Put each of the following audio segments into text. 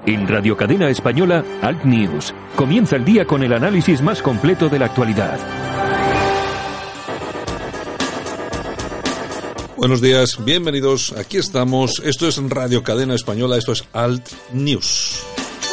En Radio Cadena Española, Alt News. Comienza el día con el análisis más completo de la actualidad. Buenos días, bienvenidos. Aquí estamos. Esto es Radio Cadena Española, esto es Alt News.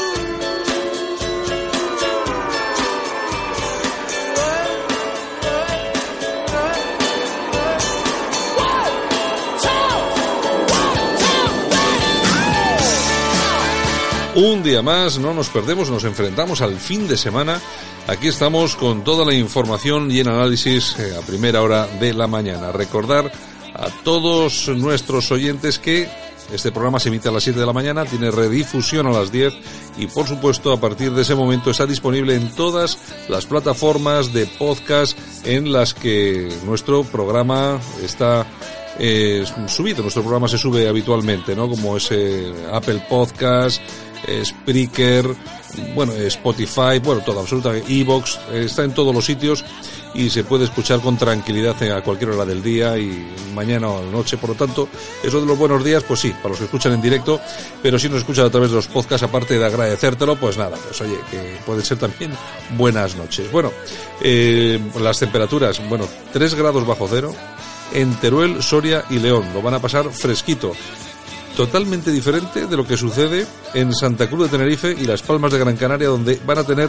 Un día más, no nos perdemos, nos enfrentamos al fin de semana. Aquí estamos con toda la información y el análisis a primera hora de la mañana. Recordar a todos nuestros oyentes que este programa se emite a las 7 de la mañana, tiene redifusión a las 10 y por supuesto a partir de ese momento está disponible en todas las plataformas de podcast en las que nuestro programa está subido. Nuestro programa se sube habitualmente, ¿no? Como es Apple Podcast, Spreaker, bueno, Spotify, bueno, todo, absolutamente, iVoox, está en todos los sitios y se puede escuchar con tranquilidad a cualquier hora del día y mañana o noche. Por lo tanto, eso de los buenos días, pues sí, para los que escuchan en directo, pero si nos escuchan a través de los podcasts, aparte de agradecértelo, pues nada, pues oye, que pueden ser también buenas noches. Bueno, las temperaturas, bueno, 3 grados bajo cero en Teruel, Soria y León, lo van a pasar fresquito. Totalmente diferente de lo que sucede en Santa Cruz de Tenerife y Las Palmas de Gran Canaria, donde van a tener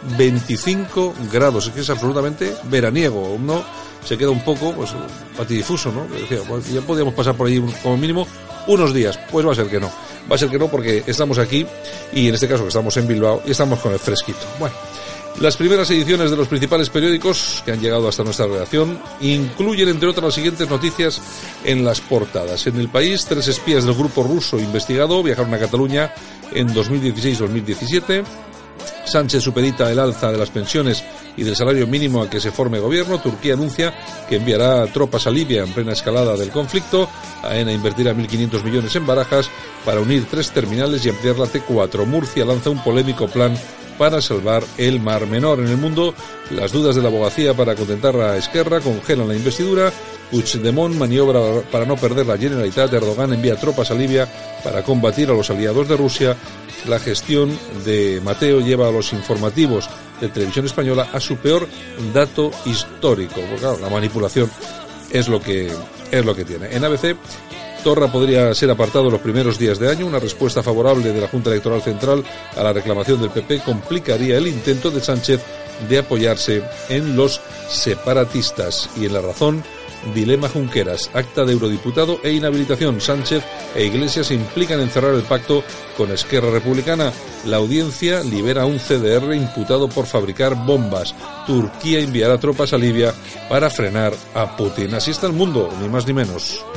25 grados. Es que es absolutamente veraniego. Uno se queda un poco pues patidifuso, ¿no? Decía, pues, ya podíamos pasar por ahí como mínimo unos días. Pues va a ser que no. Va a ser que no, porque estamos aquí y en este caso que estamos en Bilbao y estamos con el fresquito. Bueno. Las primeras ediciones de los principales periódicos que han llegado hasta nuestra redacción incluyen, entre otras, las siguientes noticias en las portadas. En El País, 3 espías del grupo ruso investigado viajaron a Cataluña en 2016-2017. Sánchez supedita el alza de las pensiones y del salario mínimo a que se forme gobierno. Turquía anuncia que enviará tropas a Libia en plena escalada del conflicto. AENA invertirá 1.500 millones en Barajas para unir 3 terminales y ampliar la T4. Murcia lanza un polémico plan para salvar el Mar Menor. En El Mundo, las dudas de la abogacía para contentar a Esquerra congelan la investidura. Puigdemont maniobra para no perder la Generalitat. Erdogan envía tropas a Libia para combatir a los aliados de Rusia. La gestión de Mateo lleva a los informativos de Televisión Española a su peor dato histórico. Porque claro, la manipulación es lo que tiene. En ABC, Torra podría ser apartado los primeros días de año. Una respuesta favorable de la Junta Electoral Central a la reclamación del PP complicaría el intento de Sánchez de apoyarse en los separatistas. Y en La Razón, dilema Junqueras, acta de eurodiputado e inhabilitación. Sánchez e Iglesias se implican en cerrar el pacto con Esquerra Republicana. La audiencia libera a un CDR imputado por fabricar bombas. Turquía enviará tropas a Libia para frenar a Putin. Así está el mundo, ni más ni menos.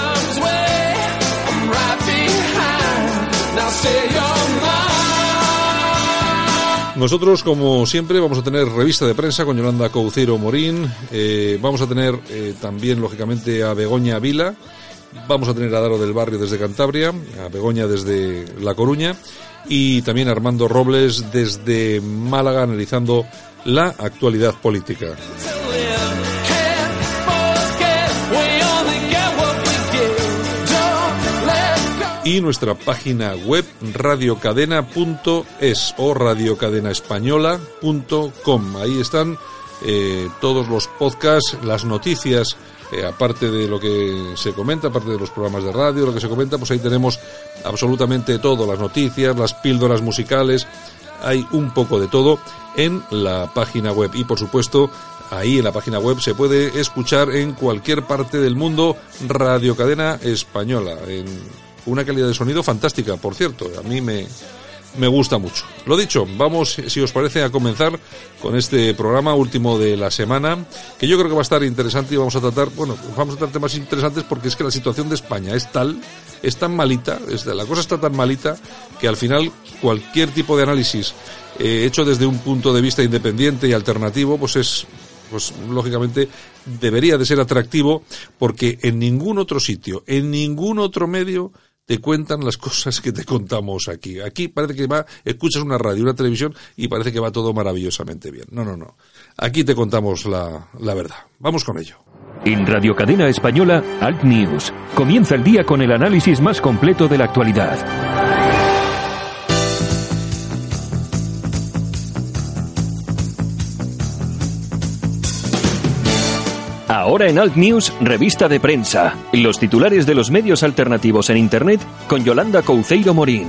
Nosotros, como siempre, vamos a tener revista de prensa con Yolanda Couceiro Morín, vamos a tener también, lógicamente, a Begoña Vila, vamos a tener a Daro del Barrio desde Cantabria, a Begoña desde La Coruña y también a Armando Robles desde Málaga, analizando la actualidad política. Y nuestra página web radiocadena.es o radiocadenaespañola.com. Ahí están todos los podcasts, las noticias, aparte de lo que se comenta, aparte de los programas de radio, lo que se comenta, pues ahí tenemos absolutamente todo, las noticias, las píldoras musicales, hay un poco de todo en la página web. Y por supuesto, ahí en la página web se puede escuchar en cualquier parte del mundo Radio Cadena Española, en una calidad de sonido fantástica, por cierto, a mí me gusta mucho. Lo dicho, vamos, si os parece, a comenzar con este programa último de la semana, que yo creo que va a estar interesante y vamos a tratar temas interesantes porque es que la situación de España es tan malita, la cosa está tan malita que al final cualquier tipo de análisis hecho desde un punto de vista independiente y alternativo, pues lógicamente debería de ser atractivo porque en ningún otro sitio, en ningún otro medio te cuentan las cosas que te contamos aquí. Aquí parece que escuchas una radio, una televisión y parece que va todo maravillosamente bien. No. Aquí te contamos la verdad. Vamos con ello. En Radio Cadena Española, Alt News. Comienza el día con el análisis más completo de la actualidad. Ahora en Alt News, revista de prensa. Los titulares de los medios alternativos en Internet con Yolanda Couceiro Morín.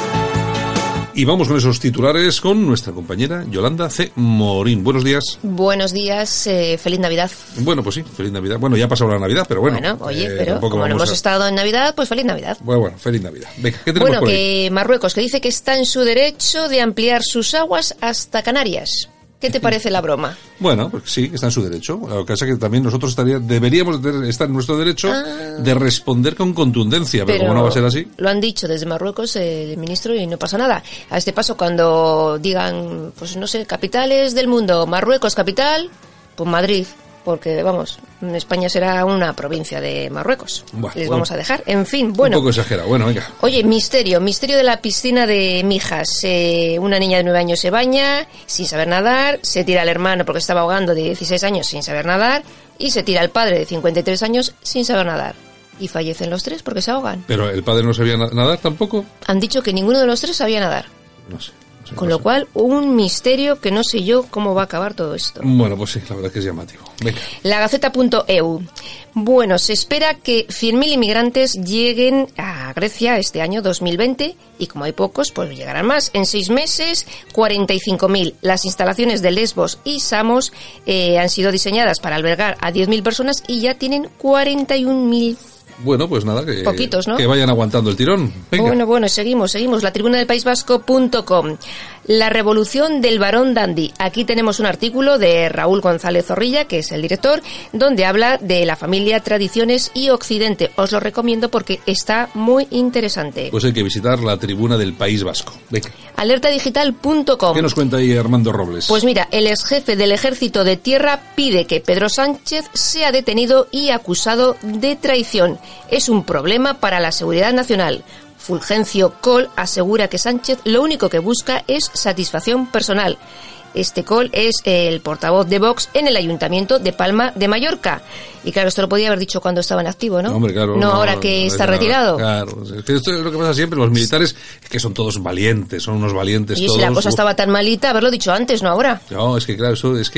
Y vamos con esos titulares con nuestra compañera Yolanda C. Morín. Buenos días. Buenos días, feliz Navidad. Bueno, pues sí, feliz Navidad. Bueno, ya ha pasado la Navidad, pero bueno. Bueno, oye, pero como no hemos estado en Navidad, pues feliz Navidad. Bueno, feliz Navidad. Venga, ¿qué tenemos por ahí? Que Marruecos, que dice que está en su derecho de ampliar sus aguas hasta Canarias. ¿Qué te parece la broma? Bueno, pues sí, está en su derecho. Lo que pasa es que también nosotros deberíamos estar en nuestro derecho de responder con contundencia, pero como no va a ser así. Lo han dicho desde Marruecos el ministro y no pasa nada. A este paso, cuando digan, pues no sé, capitales del mundo, Marruecos capital, pues Madrid. Porque, vamos, España será una provincia de Marruecos. Les vamos a dejar. En fin, bueno. Un poco exagerado. Bueno, venga. Oye, misterio de la piscina de Mijas. Una niña de 9 años se baña sin saber nadar, se tira al hermano porque estaba ahogando de 16 años sin saber nadar y se tira al padre de 53 años sin saber nadar. Y fallecen los tres porque se ahogan. ¿Pero el padre no sabía nadar tampoco? Han dicho que ninguno de los tres sabía nadar. No sé. Con lo cual, un misterio que no sé yo cómo va a acabar todo esto. Bueno, pues sí, la verdad que es llamativo. Venga. Lagaceta.eu. Bueno, se espera que 100.000 inmigrantes lleguen a Grecia este año 2020 y como hay pocos, pues llegarán más. En 6 meses, 45.000. Las instalaciones de Lesbos y Samos han sido diseñadas para albergar a 10.000 personas y ya tienen 41.000. Bueno, pues nada, que, poquitos, ¿no? Que vayan aguantando el tirón. Venga. Bueno, seguimos. La tribuna del País Vasco.com. La revolución del Barón Dandy. Aquí tenemos un artículo de Raúl González Zorrilla, que es el director, donde habla de la familia, tradiciones y Occidente. Os lo recomiendo porque está muy interesante. Pues hay que visitar la tribuna del País Vasco. Venga. Alertadigital.com. ¿Qué nos cuenta ahí Armando Robles? Pues mira, el exjefe del Ejército de Tierra pide que Pedro Sánchez sea detenido y acusado de traición. Es un problema para la seguridad nacional. Fulgencio Coll asegura que Sánchez lo único que busca es satisfacción personal. Este Coll es el portavoz de Vox en el Ayuntamiento de Palma de Mallorca. Y claro, esto lo podía haber dicho cuando estaba en activo, ¿no? Hombre, claro. No ahora que está retirado. Claro. Esto es lo que pasa siempre. Los militares, que son todos valientes, son unos valientes y todos. Y si la cosa estaba tan malita, haberlo dicho antes, no ahora. No, es que claro,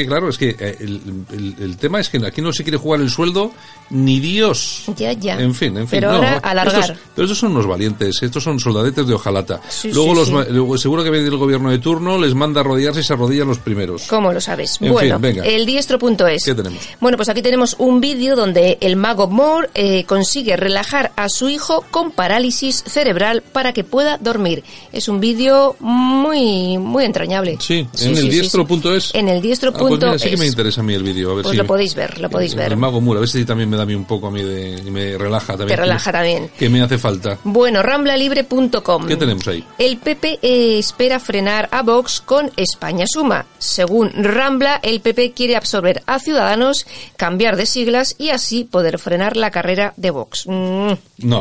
el tema es que aquí no se quiere jugar el sueldo ni Dios. Ya. En fin. Pero ahora alargar. Pero estos son unos valientes, estos son soldadetes de hojalata. Sí, luego seguro que viene el gobierno de turno, les manda a arrodillarse y se arrodillan los primeros. ¿Cómo lo sabes? En fin, venga. El diestro.es. ¿Qué tenemos? Bueno, pues aquí tenemos un vídeo donde el mago Moore consigue relajar a su hijo con parálisis cerebral para que pueda dormir. Es un vídeo muy entrañable. Sí, en el diestro.es. En el diestro.es. Pues mira, sí que me interesa a mí el vídeo. A ver pues si lo podéis ver. El mago Moore, a ver si también me da a mí un poco y me relaja también. Te relaja también. Que me hace falta. Bueno, ramblalibre.com. ¿Qué tenemos ahí? El PP espera frenar a Vox con España Suma. Según Rambla, el PP quiere absorber a Ciudadanos, cambiar de siglas y así poder frenar la carrera de Vox. No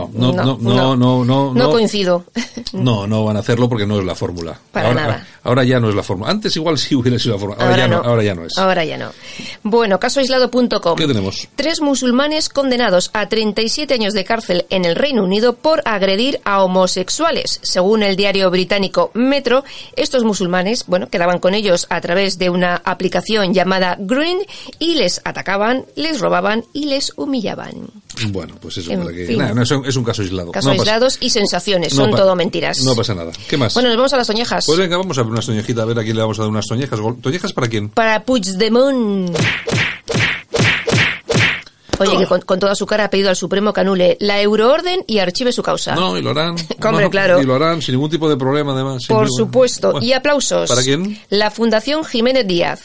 coincido. No van a hacerlo porque no es la fórmula. Nada. Ahora ya no es la fórmula. Antes igual sí hubiera sido la fórmula. Ahora ya no es. Ahora ya no. Bueno, casoaislado.com. ¿Qué tenemos? 3 musulmanes condenados a 37 años de cárcel en el Reino Unido por agredir a homosexuales. Según el diario británico Metro, estos musulmanes, quedaban con ellos a través de una aplicación llamada Green y les atacaban, les robaban y les humillaban. Bueno, pues eso es un caso aislado. Casos aislados y sensaciones, son todo mentiras. No pasa nada. ¿Qué más? Bueno, nos vamos a las toñejas. Pues venga, vamos a ver una toñejita, a ver a quién le vamos a dar unas toñejas. ¿Toñejas para quién? Para Puigdemont. Oye, que con toda su cara ha pedido al Supremo que anule la euroorden y archive su causa. No, y lo harán. Hombre, claro. Y lo harán sin ningún tipo de problema, además. Por supuesto. Bueno, y aplausos. ¿Para quién? La Fundación Jiménez Díaz.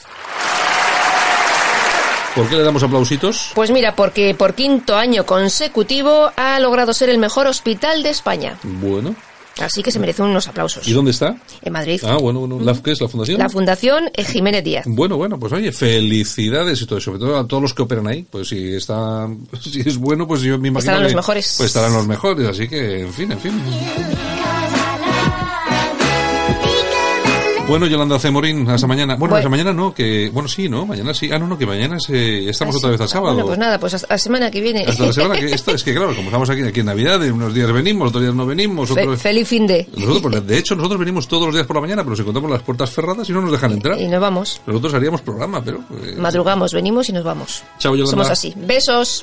¿Por qué le damos aplausitos? Pues mira, porque por 5º año consecutivo ha logrado ser el mejor hospital de España. Bueno. Así que se merece unos aplausos. ¿Y dónde está? En Madrid. Bueno. ¿Qué es la fundación? La Fundación Jiménez Díaz. Bueno, pues oye, felicidades y todo, sobre todo a todos los que operan ahí. Pues si es bueno, pues yo me imagino estarán los mejores. Pues estarán los mejores, así que, en fin. Bueno, Yolanda Cemorín, hasta mañana. Bueno, hasta mañana no, que... Bueno, sí, ¿no? Mañana sí. Ah, no, que mañana estamos otra vez al sábado. Bueno, pues nada, pues hasta la semana que viene. Hasta la semana que... Esto es que, claro, como estamos aquí en Navidad, unos días venimos, otros días no venimos. Feliz fin de... Nosotros, pues, de hecho, nosotros venimos todos los días por la mañana, pero nos encontramos las puertas cerradas y no nos dejan entrar. Y nos vamos. Nosotros haríamos programa, pero... Madrugamos, venimos y nos vamos. Chao, Yolanda. Somos así. Besos.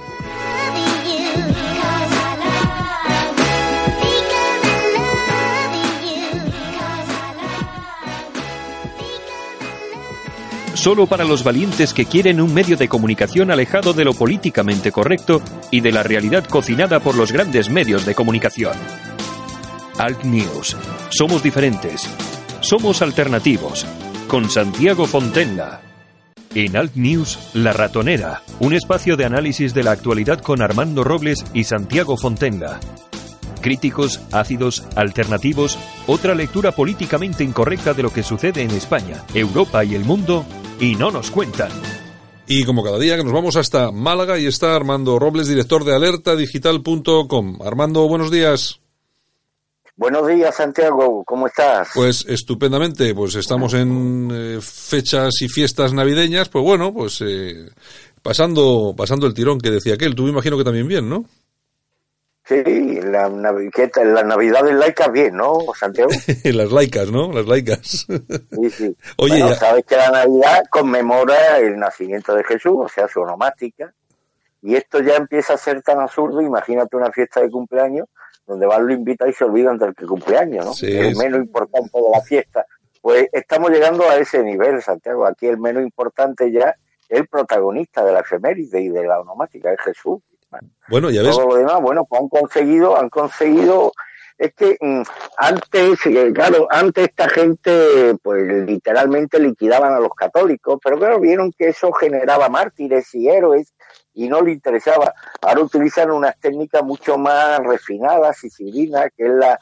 Solo para los valientes que quieren un medio de comunicación alejado de lo políticamente correcto y de la realidad cocinada por los grandes medios de comunicación. Alt News. Somos diferentes. Somos alternativos. Con Santiago Fontenla. En Alt News, La Ratonera. Un espacio de análisis de la actualidad con Armando Robles y Santiago Fontenla. Críticos, ácidos, alternativos, otra lectura políticamente incorrecta de lo que sucede en España, Europa y el mundo, y no nos cuentan. Y como cada día que nos vamos hasta Málaga y está Armando Robles, director de alertadigital.com. Armando, buenos días. Buenos días, Santiago, ¿cómo estás? Pues estupendamente, pues estamos en fechas y fiestas navideñas, pues bueno, pues pasando el tirón que decía aquel. Tú me imagino que también bien, ¿no? Sí, la Navidades laicas bien, ¿no, Santiago? Las laicas, ¿no? Las laicas. Sí, sí. Oye, bueno, sabes que la Navidad conmemora el nacimiento de Jesús, o sea, su onomástica, y esto ya empieza a ser tan absurdo. Imagínate una fiesta de cumpleaños donde van, lo invitan y se olvidan del que cumpleaños, ¿no? Sí, el menos importante de la fiesta. Pues estamos llegando a ese nivel, Santiago. Aquí el menos importante ya es el protagonista de la efeméride y de la onomástica, es Jesús. Bueno, ya ves. Todo lo demás, bueno, pues han conseguido, es que antes esta gente, pues literalmente liquidaban a los católicos, pero claro, vieron que eso generaba mártires y héroes y no le interesaba. Ahora utilizan unas técnicas mucho más refinadas y civilinas, que es la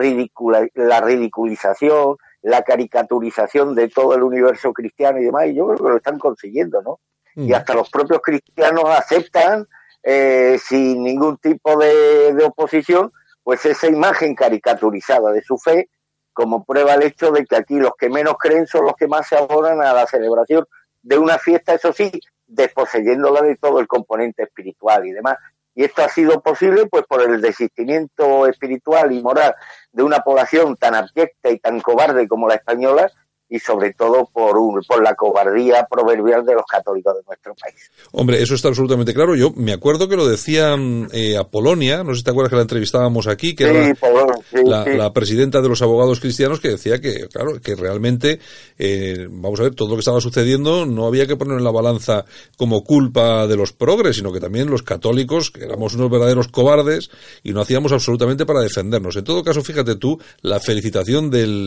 ridiculización, la caricaturización de todo el universo cristiano y demás, y yo creo que lo están consiguiendo, ¿no? Y hasta los propios cristianos aceptan sin ningún tipo de oposición, pues esa imagen caricaturizada de su fe, como prueba el hecho de que aquí los que menos creen son los que más se abonan a la celebración de una fiesta, eso sí, desposeyéndola de todo el componente espiritual y demás. Y esto ha sido posible pues por el desistimiento espiritual y moral de una población tan abyecta y tan cobarde como la española, y sobre todo por la cobardía proverbial de los católicos de nuestro país. Hombre, eso está absolutamente claro. Yo me acuerdo que lo decían a Polonia, no sé si te acuerdas que la entrevistábamos aquí, que sí, era la presidenta de los abogados cristianos, que decía que, claro, que realmente, vamos a ver, todo lo que estaba sucediendo no había que poner en la balanza como culpa de los progres, sino que también los católicos, que éramos unos verdaderos cobardes y no hacíamos absolutamente para defendernos. En todo caso, fíjate tú, la felicitación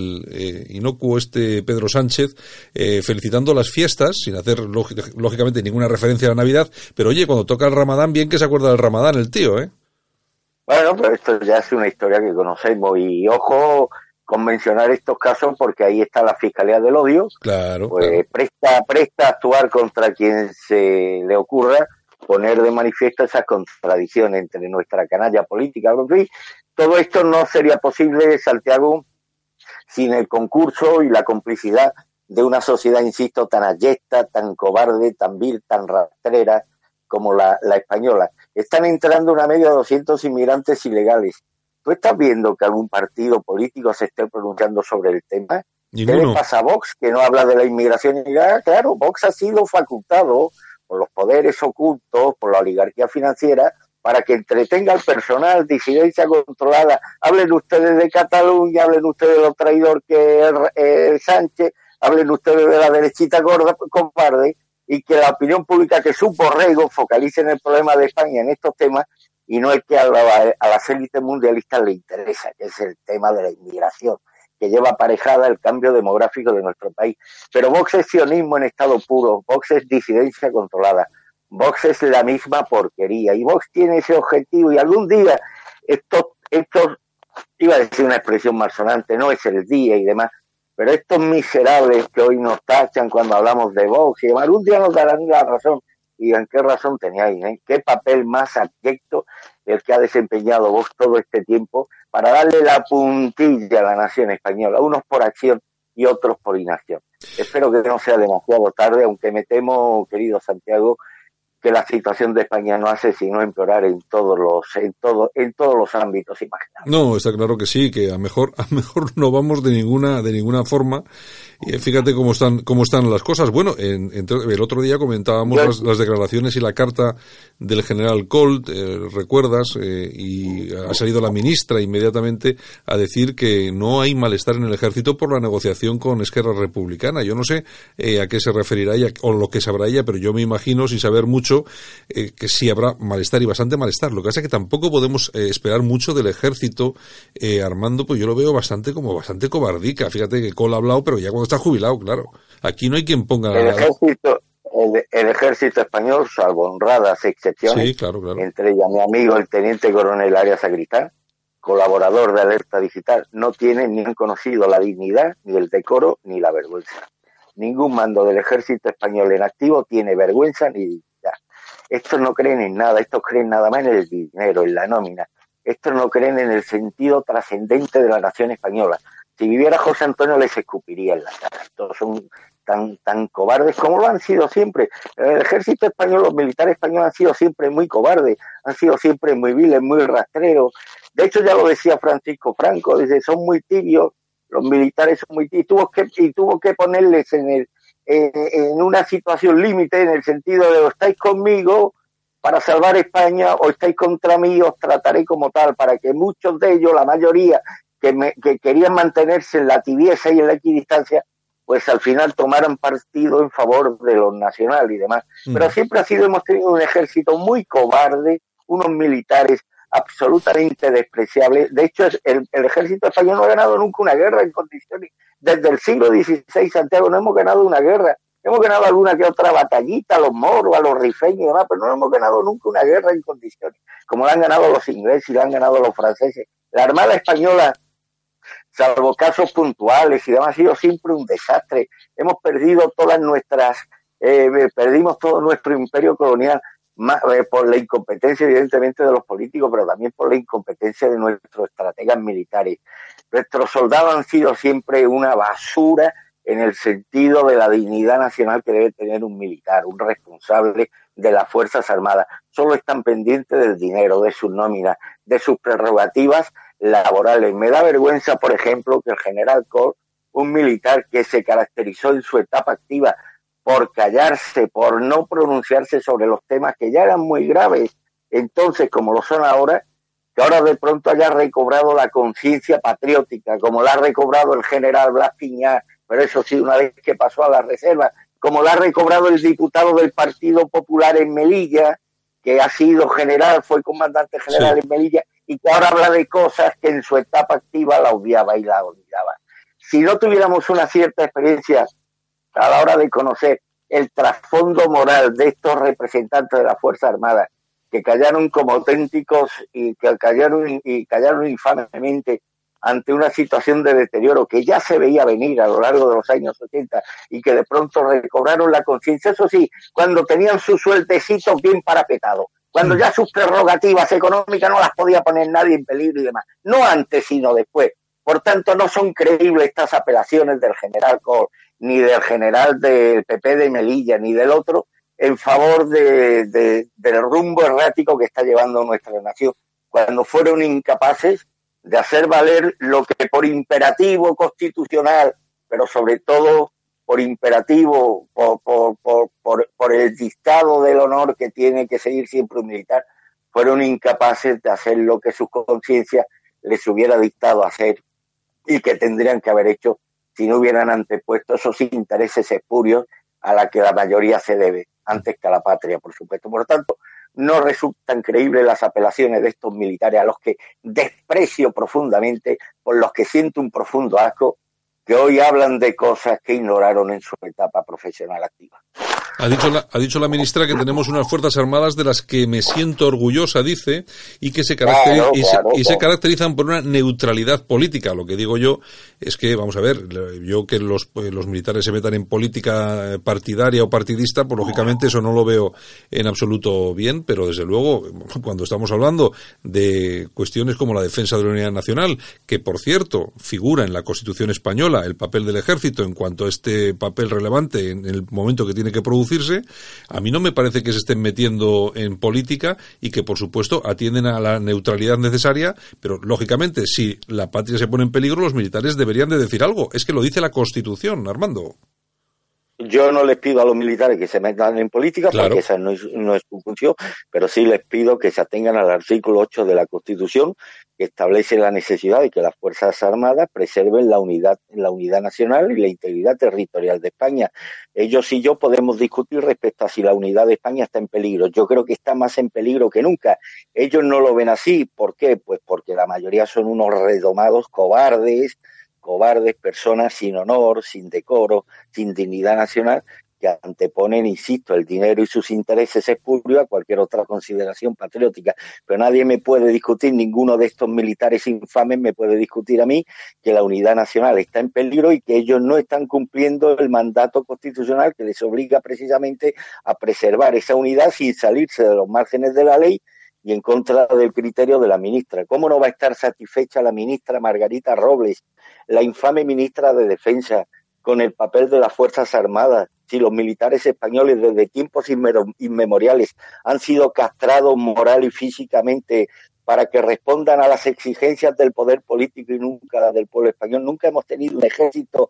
del inocuo Pedro Sánchez, felicitando las fiestas, sin hacer lógicamente ninguna referencia a la Navidad, pero oye, cuando toca el Ramadán, bien que se acuerda del Ramadán el tío, ¿eh? Bueno, pero esto ya es una historia que conocemos, y ojo con mencionar estos casos, porque ahí está la Fiscalía del Odio, claro, pues claro. presta a actuar contra quien se le ocurra poner de manifiesto esas contradicciones entre nuestra canalla política. En fin, todo esto no sería posible, Santiago, sin el concurso y la complicidad de una sociedad, insisto, tan abyecta, tan cobarde, tan vil, tan rastrera como la española. Están entrando una media de 200 inmigrantes ilegales. ¿Tú estás viendo que algún partido político se esté pronunciando sobre el tema? Ninguno. ¿Qué le pasa a Vox, que no habla de la inmigración ilegal? Claro, Vox ha sido facultado por los poderes ocultos, por la oligarquía financiera, para que entretenga al personal, disidencia controlada. Hablen ustedes de Cataluña, hablen ustedes de lo traidor que es Sánchez, hablen ustedes de la derechita gorda, cobarde, y que la opinión pública, que su borrego, focalice en el problema de España en estos temas, y no el que a las élites mundialistas le interesa, que es el tema de la inmigración, que lleva aparejada el cambio demográfico de nuestro país. Pero Vox es sionismo en estado puro, Vox es disidencia controlada, Vox es la misma porquería, y Vox tiene ese objetivo, y algún día estos iba a decir una expresión malsonante, no es el día y demás, pero estos miserables que hoy nos tachan cuando hablamos de Vox y demás, algún día nos darán la razón. ¿Y en qué razón teníais? ¿Qué papel más abyecto el que ha desempeñado Vox todo este tiempo para darle la puntilla a la nación española? Unos por acción y otros por inacción. Espero que no sea demasiado tarde, aunque me temo, querido Santiago, que la situación de España no hace sino empeorar en todos los ámbitos imaginables. No, está claro que sí, que a mejor no vamos de ninguna forma. Y fíjate cómo están las cosas. Bueno, el otro día comentábamos las declaraciones y la carta del general Colt, recuerdas, y ha salido la ministra inmediatamente a decir que no hay malestar en el ejército por la negociación con Esquerra Republicana. Yo no sé a qué se referirá ella o lo que sabrá ella, pero yo me imagino, sin saber mucho, que sí habrá malestar y bastante malestar. Lo que pasa es que tampoco podemos esperar mucho del ejército, Armando, pues yo lo veo bastante cobardica. Fíjate que Colt ha hablado, pero ya cuando está jubilado, claro. Aquí no hay quien ponga... El ejército español, salvo honradas excepciones, sí, claro. entre ellas mi amigo el teniente coronel Arias Sacristán, colaborador de Alerta Digital, no tiene ni han conocido la dignidad, ni el decoro, ni la vergüenza. Ningún mando del ejército español en activo tiene vergüenza ni dignidad. Estos no creen en nada, estos creen nada más en el dinero, en la nómina. Estos no creen en el sentido trascendente de la nación española. Si viviera José Antonio les escupiría en la cara. Todos son tan cobardes como lo han sido siempre. El ejército español, los militares españoles han sido siempre muy cobardes, han sido siempre muy viles, muy rastreros. De hecho, ya lo decía Francisco Franco, dice, son muy tibios, los militares son muy tibios, y tuvo que ponerles en una situación límite, en el sentido de o estáis conmigo para salvar España o estáis contra mí, os trataré como tal, para que muchos de ellos, la mayoría, que querían mantenerse en la tibieza y en la equidistancia, pues al final tomaran partido en favor de los nacionales y demás. Pero siempre hemos tenido un ejército muy cobarde, unos militares absolutamente despreciables. De hecho, el ejército español no ha ganado nunca una guerra en condiciones. Desde el siglo XVI, Santiago, no hemos ganado una guerra. Hemos ganado alguna que otra batallita a los moros, a los rifeños y demás, pero no hemos ganado nunca una guerra en condiciones, como la han ganado los ingleses y la han ganado los franceses. La Armada Española, salvo casos puntuales y demás, ha sido siempre un desastre. Hemos perdido perdimos todo nuestro imperio colonial por la incompetencia, evidentemente, de los políticos, pero también por la incompetencia de nuestros estrategas militares. Nuestros soldados han sido siempre una basura en el sentido de la dignidad nacional que debe tener un militar, un responsable de las Fuerzas Armadas. Solo están pendientes del dinero, de sus nóminas, de sus prerrogativas laborales. Me da vergüenza, por ejemplo, que el general Colt, un militar que se caracterizó en su etapa activa por callarse, por no pronunciarse sobre los temas que ya eran muy graves entonces como lo son ahora, que ahora de pronto haya recobrado la conciencia patriótica, como la ha recobrado el general Blas Piñar, pero eso sí, una vez que pasó a la reserva, como la ha recobrado el diputado del Partido Popular en Melilla, que ha sido general, fue comandante general en Melilla, y que ahora habla de cosas que en su etapa activa la odiaba y la olvidaba. Si no tuviéramos una cierta experiencia a la hora de conocer el trasfondo moral de estos representantes de la Fuerza Armada, que callaron como auténticos y que callaron infamemente ante una situación de deterioro que ya se veía venir a lo largo de los años 80 y que de pronto recobraron la conciencia, eso sí, cuando tenían sus sueltecitos bien parapetados, cuando ya sus prerrogativas económicas no las podía poner nadie en peligro y demás, no antes sino después. Por tanto, no son creíbles estas apelaciones del general Colt, ni del general del PP de Melilla, ni del otro, en favor del rumbo errático que está llevando nuestra nación, cuando fueron incapaces de hacer valer lo que por imperativo constitucional, pero sobre todo por imperativo, por el dictado del honor que tiene que seguir siempre un militar, fueron incapaces de hacer lo que su conciencia les hubiera dictado hacer y que tendrían que haber hecho si no hubieran antepuesto esos intereses espurios a la que la mayoría se debe, antes que a la patria, por supuesto. Por lo tanto, no resultan creíbles las apelaciones de estos militares a los que desprecio profundamente, por los que siento un profundo asco, que hoy hablan de cosas que ignoraron en su etapa profesional activa. Ha dicho la ministra que tenemos unas Fuerzas Armadas de las que me siento orgullosa, dice, y que se caracterizan por una neutralidad política. Lo que digo yo es que, vamos a ver, yo que los militares se metan en política partidaria o partidista, pues lógicamente eso no lo veo en absoluto bien, pero desde luego, cuando estamos hablando de cuestiones como la defensa de la unidad nacional, que por cierto figura en la Constitución española el papel del ejército en cuanto a este papel relevante en el momento que tiene que producirse, a mí no me parece que se estén metiendo en política y que por supuesto atienden a la neutralidad necesaria, pero lógicamente si la patria se pone en peligro, los militares deberían de decir algo. Es que lo dice la Constitución, Armando. Yo no les pido a los militares que se metan en política, claro, porque esa no es su función, pero sí les pido que se atengan al artículo 8 de la Constitución, que establece la necesidad de que las Fuerzas Armadas preserven la unidad nacional y la integridad territorial de España. Ellos y yo podemos discutir respecto a si la unidad de España está en peligro. Yo creo que está más en peligro que nunca. Ellos no lo ven así. ¿Por qué? Pues porque la mayoría son unos redomados cobardes, personas sin honor, sin decoro, sin dignidad nacional, que anteponen, insisto, el dinero y sus intereses espurios a cualquier otra consideración patriótica. Pero nadie me puede discutir, ninguno de estos militares infames me puede discutir a mí que la unidad nacional está en peligro y que ellos no están cumpliendo el mandato constitucional que les obliga precisamente a preservar esa unidad sin salirse de los márgenes de la ley y en contra del criterio de la ministra. ¿Cómo no va a estar satisfecha la ministra Margarita Robles, la infame ministra de Defensa, con el papel de las Fuerzas Armadas, si los militares españoles desde tiempos inmemoriales han sido castrados moral y físicamente para que respondan a las exigencias del poder político y nunca las del pueblo español? Nunca hemos tenido un ejército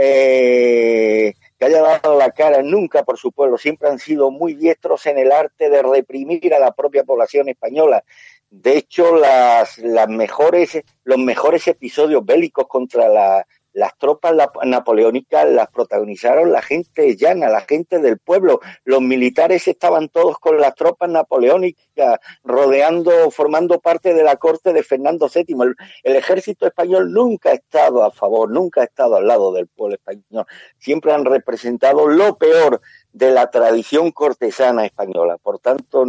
que haya dado la cara nunca por su pueblo. Siempre han sido muy diestros en el arte de reprimir a la propia población española. De hecho, los mejores episodios bélicos contra las tropas napoleónicas las protagonizaron la gente llana, la gente del pueblo. Los militares estaban todos con las tropas napoleónicas, formando parte de la corte de Fernando VII. El ejército español nunca ha estado a favor, nunca ha estado al lado del pueblo español. Siempre han representado lo peor de la tradición cortesana española. Por tanto,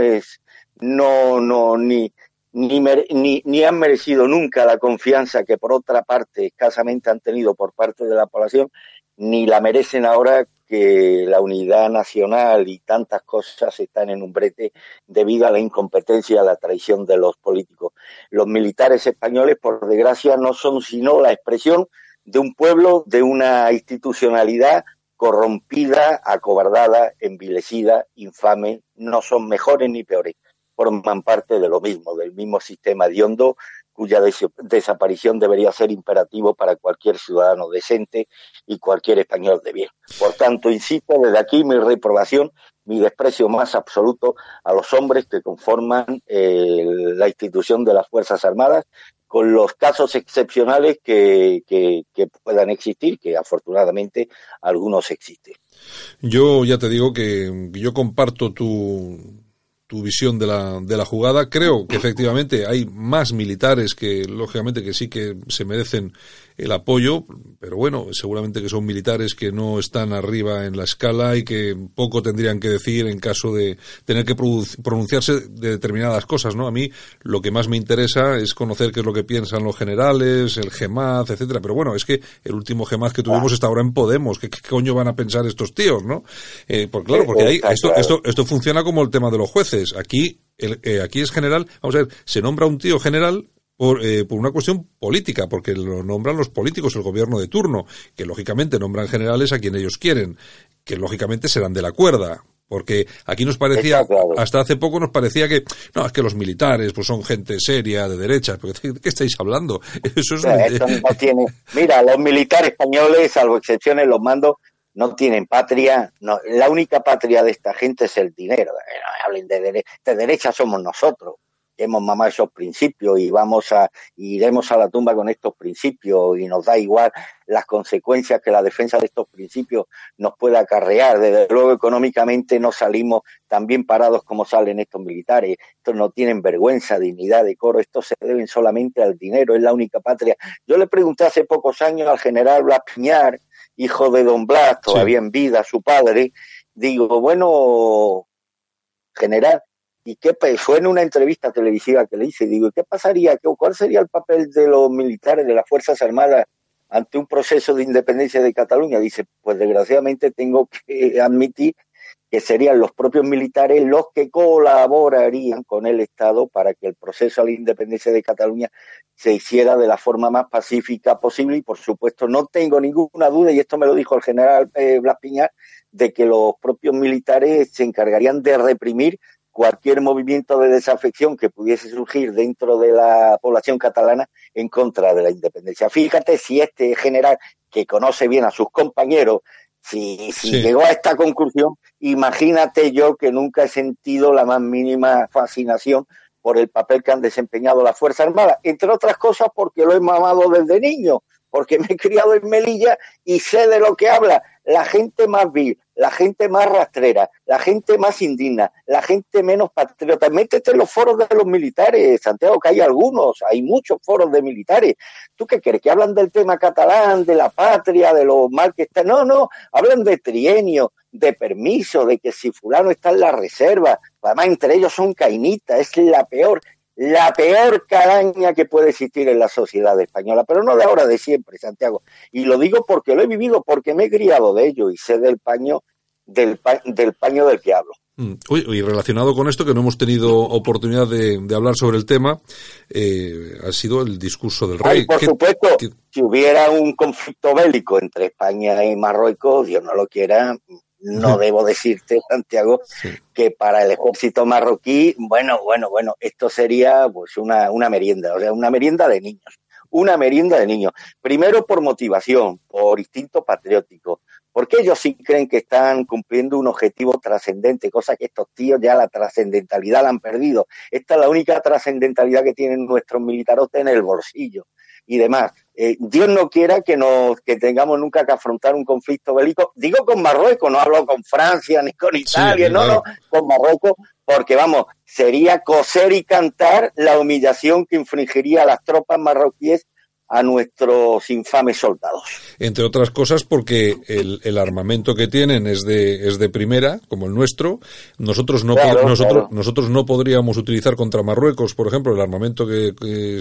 ni han merecido nunca la confianza que por otra parte escasamente han tenido por parte de la población, ni la merecen ahora que la unidad nacional y tantas cosas están en un brete debido a la incompetencia y a la traición de los políticos. Los militares españoles, por desgracia, no son sino la expresión de un pueblo, de una institucionalidad corrompida, acobardada, envilecida, infame. No son mejores ni peores, forman parte de lo mismo, del mismo sistema hediondo, cuya desaparición debería ser imperativo para cualquier ciudadano decente y cualquier español de bien. Por tanto, insisto, desde aquí mi reprobación, mi desprecio más absoluto a los hombres que conforman la institución de las Fuerzas Armadas, con los casos excepcionales que puedan existir, que afortunadamente algunos existen. Yo ya te digo que yo comparto tu visión de la jugada. Creo que efectivamente hay más militares que lógicamente que sí que se merecen el apoyo, pero bueno, seguramente que son militares que no están arriba en la escala y que poco tendrían que decir en caso de tener que pronunciarse de determinadas cosas, ¿no? A mí lo que más me interesa es conocer qué es lo que piensan los generales, el GEMAZ, etcétera, pero bueno, es que el último GEMAZ que tuvimos está ahora en Podemos. ¿Qué coño van a pensar estos tíos, no? Porque ahí esto funciona como el tema de los jueces. Aquí es general, vamos a ver, se nombra un tío general por una cuestión política, porque lo nombran los políticos, el gobierno de turno, que lógicamente nombran generales a quien ellos quieren, que lógicamente serán de la cuerda, porque aquí nos parecía, hasta hace poco nos parecía que, no, es que los militares pues son gente seria, de derechas, ¿de qué estáis hablando? Eso no tiene. Mira, los militares españoles, salvo excepciones, los mandos, no tienen patria. No, la única patria de esta gente es el dinero. No hablen de derecha, somos nosotros. Hemos mamado esos principios y iremos a la tumba con estos principios, y nos da igual las consecuencias que la defensa de estos principios nos pueda acarrear. Desde luego, económicamente no salimos tan bien parados como salen estos militares. Estos no tienen vergüenza, dignidad, decoro. Estos se deben solamente al dinero. Es la única patria. Yo le pregunté hace pocos años al general Blas Piñar, hijo de don Blas, todavía en vida, su padre, digo, bueno, general, ¿y qué fue en una entrevista televisiva que le hice? Digo, ¿qué pasaría? ¿Cuál sería el papel de los militares, de las Fuerzas Armadas ante un proceso de independencia de Cataluña? Dice, pues desgraciadamente tengo que admitir que serían los propios militares los que colaborarían con el Estado para que el proceso a la independencia de Cataluña se hiciera de la forma más pacífica posible. Y, por supuesto, no tengo ninguna duda, y esto me lo dijo el general Blas Piñar, de que los propios militares se encargarían de reprimir cualquier movimiento de desafección que pudiese surgir dentro de la población catalana en contra de la independencia. Fíjate si este general, que conoce bien a sus compañeros, si llegó a esta conclusión, imagínate yo, que nunca he sentido la más mínima fascinación por el papel que han desempeñado las Fuerzas Armadas, entre otras cosas porque lo he mamado desde niño, porque me he criado en Melilla y sé de lo que habla. La gente más vil, la gente más rastrera, la gente más indigna, la gente menos patriota. Métete en los foros de los militares, Santiago, que hay algunos, hay muchos foros de militares. ¿Tú qué crees? ¿Que hablan del tema catalán, de la patria, de lo mal que está? No, hablan de trienio, de permiso, de que si fulano está en la reserva. Además, entre ellos son cainitas, es la peor calaña que puede existir en la sociedad española, pero no de ahora, de siempre, Santiago. Y lo digo porque lo he vivido, porque me he criado de ello y sé del paño del que hablo. Y relacionado con esto, que no hemos tenido oportunidad de hablar sobre el tema, ha sido el discurso del rey. Por supuesto, si hubiera un conflicto bélico entre España y Marruecos, Dios no lo quiera, no debo decirte, Santiago, que para el ejército marroquí, bueno, esto sería pues una merienda, o sea, una merienda de niños. Primero por motivación, por instinto patriótico, porque ellos sí creen que están cumpliendo un objetivo trascendente, cosa que estos tíos ya la trascendentalidad la han perdido. Esta es la única trascendentalidad que tienen nuestros militarotes en el bolsillo y demás. Dios no quiera que tengamos nunca que afrontar un conflicto bélico. Digo con Marruecos, no hablo con Francia ni con Italia, no, con Marruecos, porque vamos, sería coser y cantar la humillación que infligiría a las tropas marroquíes a nuestros infames soldados. Entre otras cosas porque el armamento que tienen es de primera, como el nuestro. Nosotros no podríamos utilizar contra Marruecos, por ejemplo, el armamento que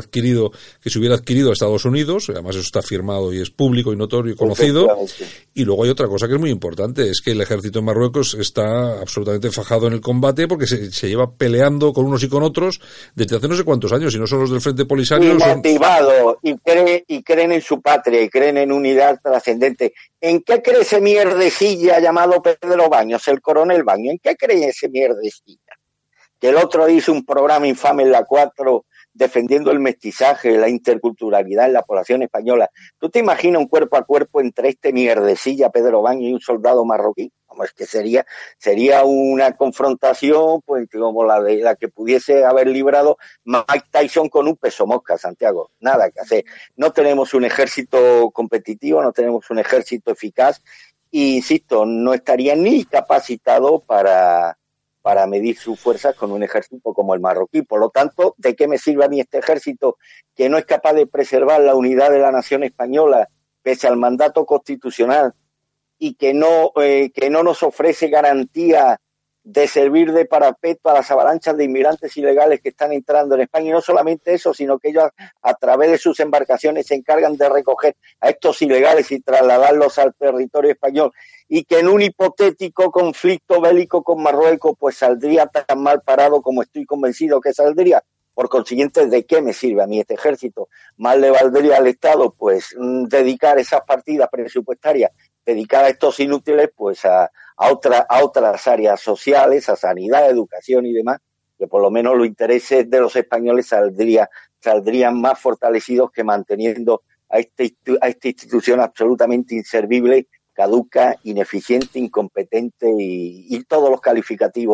se hubiera adquirido a Estados Unidos. Además, eso está firmado y es público y notorio y conocido. Y luego hay otra cosa que es muy importante, es que el ejército de Marruecos está absolutamente fajado en el combate porque se lleva peleando con unos y con otros desde hace no sé cuántos años, y no son los del Frente Polisario. Y motivado. Y creen en su patria y creen en unidad trascendente. ¿En qué cree ese mierdecilla llamado Pedro Baños, el coronel Baños? ¿En qué cree ese mierdecilla? Que el otro hizo un programa infame en la 4 defendiendo el mestizaje, la interculturalidad en la población española. ¿Tú te imaginas un cuerpo a cuerpo entre este mierdecilla Pedro Baños y un soldado marroquí? Es que sería una confrontación pues como la que pudiese haber librado Mike Tyson con un peso mosca, Santiago. Nada que hacer. No tenemos un ejército competitivo, no tenemos un ejército eficaz y, insisto, no estaría ni capacitado para medir sus fuerzas con un ejército como el marroquí. Por lo tanto, ¿de qué me sirve a mí este ejército que no es capaz de preservar la unidad de la nación española pese al mandato constitucional y que no nos ofrece garantía de servir de parapeto a las avalanchas de inmigrantes ilegales que están entrando en España? Y no solamente eso, sino que ellos a través de sus embarcaciones se encargan de recoger a estos ilegales y trasladarlos al territorio español, y que en un hipotético conflicto bélico con Marruecos pues saldría tan mal parado como estoy convencido que saldría. Por consiguiente, ¿de qué me sirve a mí este ejército? Más le valdría al Estado pues dedicar esas partidas presupuestarias dedicadas a estos inútiles pues a otras áreas sociales, a sanidad, educación y demás, que por lo menos los intereses de los españoles saldrían más fortalecidos que manteniendo a esta institución absolutamente inservible, caduca, ineficiente, incompetente y todos los calificativos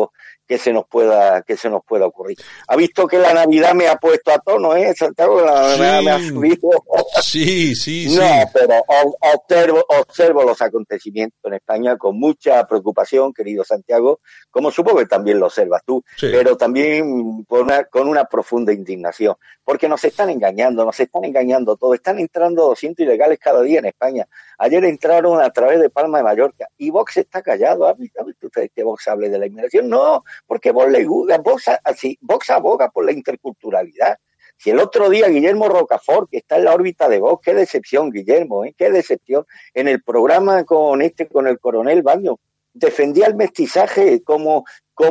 que se nos pueda ocurrir. Ha visto que la Navidad me ha puesto a tono, Santiago, la Navidad me ha subido. Sí. No, pero observo los acontecimientos en España con mucha preocupación, querido Santiago, como supongo que también lo observas tú, pero también con una profunda indignación, porque nos están engañando todos, están entrando 200 ilegales cada día en España. Ayer entraron a través de Palma de Mallorca y Vox está callado. ¿Ha visto usted que Vox hable de la inmigración? No, porque Vox aboga por la interculturalidad. Si el otro día Guillermo Rocafort, que está en la órbita de Vox, qué decepción, Guillermo, qué decepción, en el programa con el coronel Baños, defendía el mestizaje como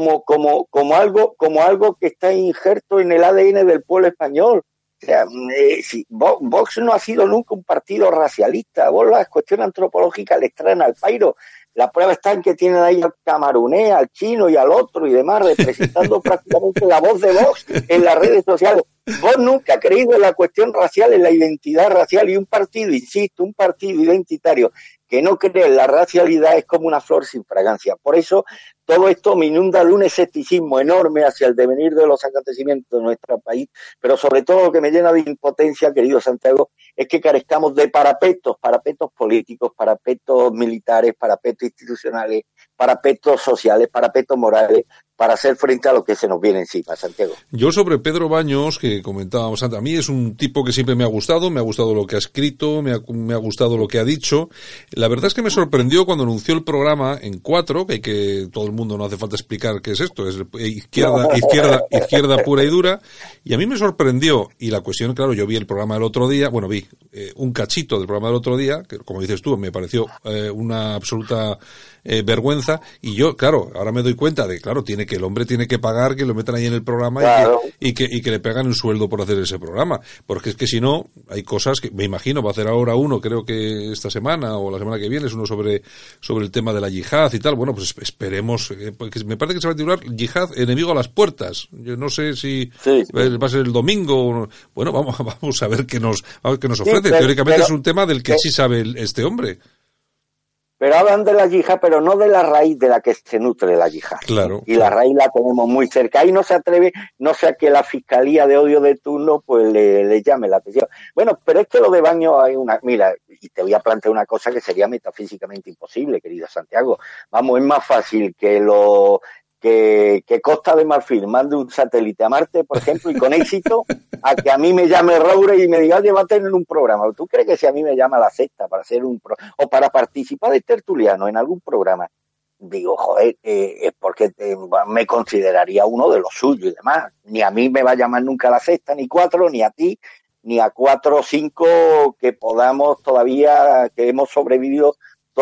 algo que está injerto en el ADN del pueblo español. O sea, Vox no ha sido nunca un partido racialista. Vos las cuestiones antropológicas les traen al pairo. La prueba está en que tienen ahí al camarunés, al chino y al otro y demás, representando prácticamente la voz de Vox en las redes sociales. Vos nunca ha creído en la cuestión racial, en la identidad racial, y un partido, insisto, un partido identitario que no cree en la racialidad es como una flor sin fragancia. Por eso todo esto me inunda de un escepticismo enorme hacia el devenir de los acontecimientos de nuestro país, pero sobre todo lo que me llena de impotencia, querido Santiago, es que carezcamos de parapetos políticos, parapetos militares, parapetos institucionales, parapetos sociales, parapetos morales, para hacer frente a lo que se nos viene encima, Santiago. Yo sobre Pedro Baños, que comentábamos antes, a mí es un tipo que siempre me ha gustado lo que ha escrito, me ha gustado lo que ha dicho. La verdad es que me sorprendió cuando anunció el programa en 4, que todo el mundo no hace falta explicar qué es esto, es izquierda pura y dura, y a mí me sorprendió, y la cuestión, claro, yo vi el programa del otro día, vi un cachito del programa del otro día, que como dices tú, me pareció una absoluta vergüenza, y yo, claro, ahora me doy cuenta de, claro, el hombre tiene que pagar que lo metan ahí en el programa, claro, y que le pegan un sueldo por hacer ese programa, porque es que si no, hay cosas que, me imagino, va a hacer ahora uno, creo que esta semana o la semana que viene, es uno sobre el tema de la yihad y tal. Bueno, pues esperemos, porque me parece que se va a titular Yihad, enemigo a las puertas. Yo no sé si va a ser el domingo. Bueno, vamos a ver qué nos ofrece. Teóricamente es un tema del que sí sabe este hombre. Pero hablan de la yihad, pero no de la raíz de la que se nutre la yihad. Claro. Y la raíz la tenemos muy cerca. Ahí no se atreve, no sea que la Fiscalía de Odio de turno pues le llame la atención. Bueno, pero es que lo de Baños hay mira, y te voy a plantear una cosa que sería metafísicamente imposible, querido Santiago. Vamos, es más fácil que Costa de Marfil mande un satélite a Marte, por ejemplo, y con éxito, a que a mí me llame Roure y me diga, oye, va a tener un programa. ¿Tú crees que si a mí me llama La Sexta para hacer o para participar de tertuliano en algún programa, digo, joder, es porque me consideraría uno de los suyos y demás? Ni a mí me va a llamar nunca La Sexta, ni 4, ni a ti, ni a 4 o 5 que podamos todavía, que hemos sobrevivido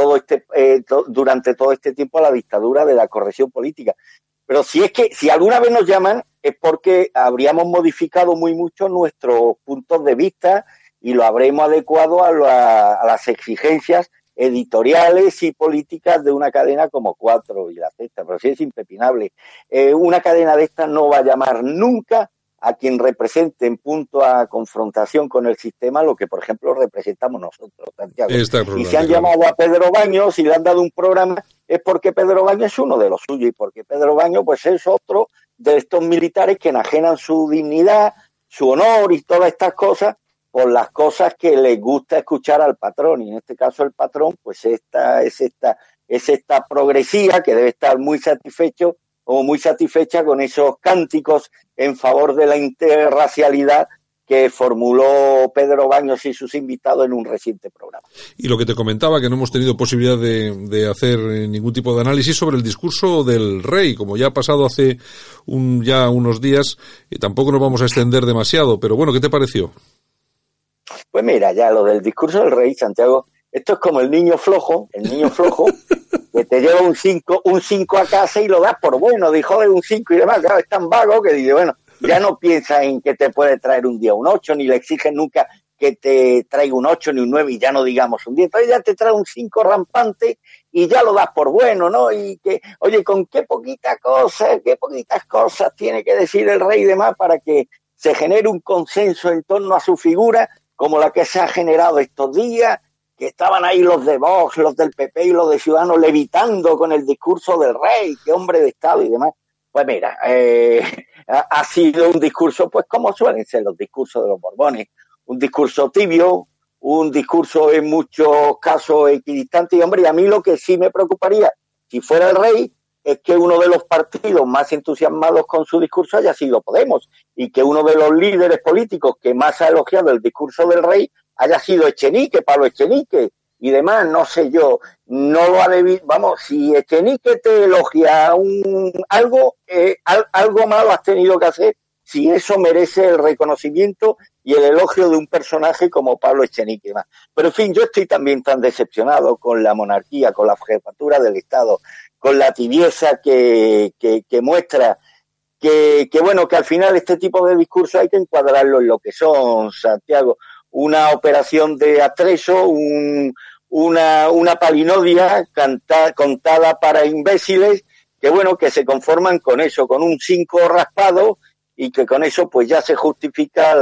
durante todo este tiempo a la dictadura de la corrección política. Pero si alguna vez nos llaman es porque habríamos modificado muy mucho nuestros puntos de vista y lo habremos adecuado a las exigencias editoriales y políticas de una cadena como 4 y La Sexta. Pero sí es impepinable. Una cadena de estas no va a llamar nunca a quien represente en punto a confrontación con el sistema lo que, por ejemplo, representamos nosotros, Santiago. Y si han llamado a Pedro Baños y le han dado un programa, es porque Pedro Baños es uno de los suyos y porque Pedro Baños pues es otro de estos militares que enajenan su dignidad, su honor y todas estas cosas por las cosas que les gusta escuchar al patrón. Y en este caso el patrón pues es esta progresía que debe estar muy satisfecha con esos cánticos en favor de la interracialidad que formuló Pedro Baños y sus invitados en un reciente programa. Y lo que te comentaba, que no hemos tenido posibilidad de hacer ningún tipo de análisis sobre el discurso del rey, como ya ha pasado hace ya unos días, tampoco nos vamos a extender demasiado, pero bueno, ¿qué te pareció? Pues mira, ya lo del discurso del rey, Santiago, esto es como el niño flojo que te lleva un 5 a casa y lo das por bueno, dijo de un 5 y demás, claro, es tan vago que dice, bueno, ya no piensa en que te puede traer un día un 8, ni le exigen nunca que te traiga un 8 ni un 9 y ya no digamos un 10, entonces ya te trae un 5 rampante y ya lo das por bueno, ¿no? Y que, oye, con qué poquitas cosas tiene que decir el rey y demás para que se genere un consenso en torno a su figura, como la que se ha generado estos días, que estaban ahí los de Vox, los del PP y los de Ciudadanos levitando con el discurso del rey, qué hombre de Estado y demás. Pues mira, ha sido un discurso, pues como suelen ser los discursos de los Borbones, un discurso tibio, un discurso en muchos casos equidistante, y hombre, a mí lo que sí me preocuparía, si fuera el rey, es que uno de los partidos más entusiasmados con su discurso haya sido Podemos, y que uno de los líderes políticos que más ha elogiado el discurso del rey haya sido Echenique, Pablo Echenique, y demás, no sé yo, no lo ha debido, vamos, si Echenique te elogia algo malo has tenido que hacer, si eso merece el reconocimiento y el elogio de un personaje como Pablo Echenique. Pero en fin, yo estoy también tan decepcionado con la monarquía, con la jefatura del Estado, con la tibieza que muestra, que bueno, que al final este tipo de discursos hay que encuadrarlo en lo que son, Santiago, una operación de atrezo, una palinodia contada para imbéciles, que bueno, que se conforman con eso, con un 5 raspado, y que con eso pues ya se justifica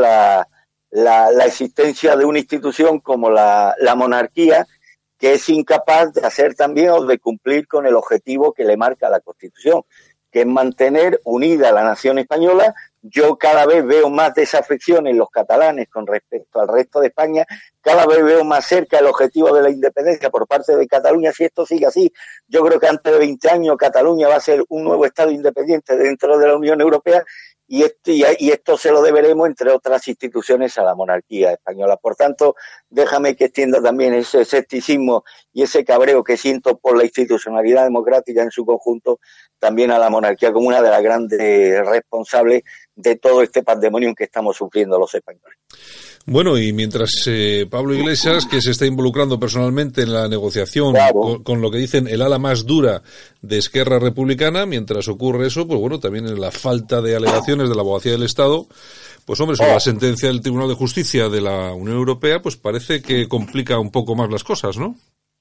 la existencia de una institución como la monarquía, que es incapaz de hacer también o de cumplir con el objetivo que le marca la Constitución, que es mantener unida a la nación española. Yo cada vez veo más desafección en los catalanes con respecto al resto de España, cada vez veo más cerca el objetivo de la independencia por parte de Cataluña. Si esto sigue así, yo creo que antes de 20 años Cataluña va a ser un nuevo Estado independiente dentro de la Unión Europea, y esto se lo deberemos, entre otras instituciones, a la monarquía española. Por tanto, déjame que extienda también ese escepticismo y ese cabreo que siento por la institucionalidad democrática en su conjunto, también a la monarquía como una de las grandes responsables de todo este pandemonium que estamos sufriendo los españoles. Bueno, y mientras Pablo Iglesias, que se está involucrando personalmente en la negociación, claro, con lo que dicen el ala más dura de Esquerra Republicana, mientras ocurre eso, pues bueno, también en la falta de alegaciones de la Abogacía del Estado, pues hombre, sobre la sentencia del Tribunal de Justicia de la Unión Europea, pues parece que complica un poco más las cosas, ¿no?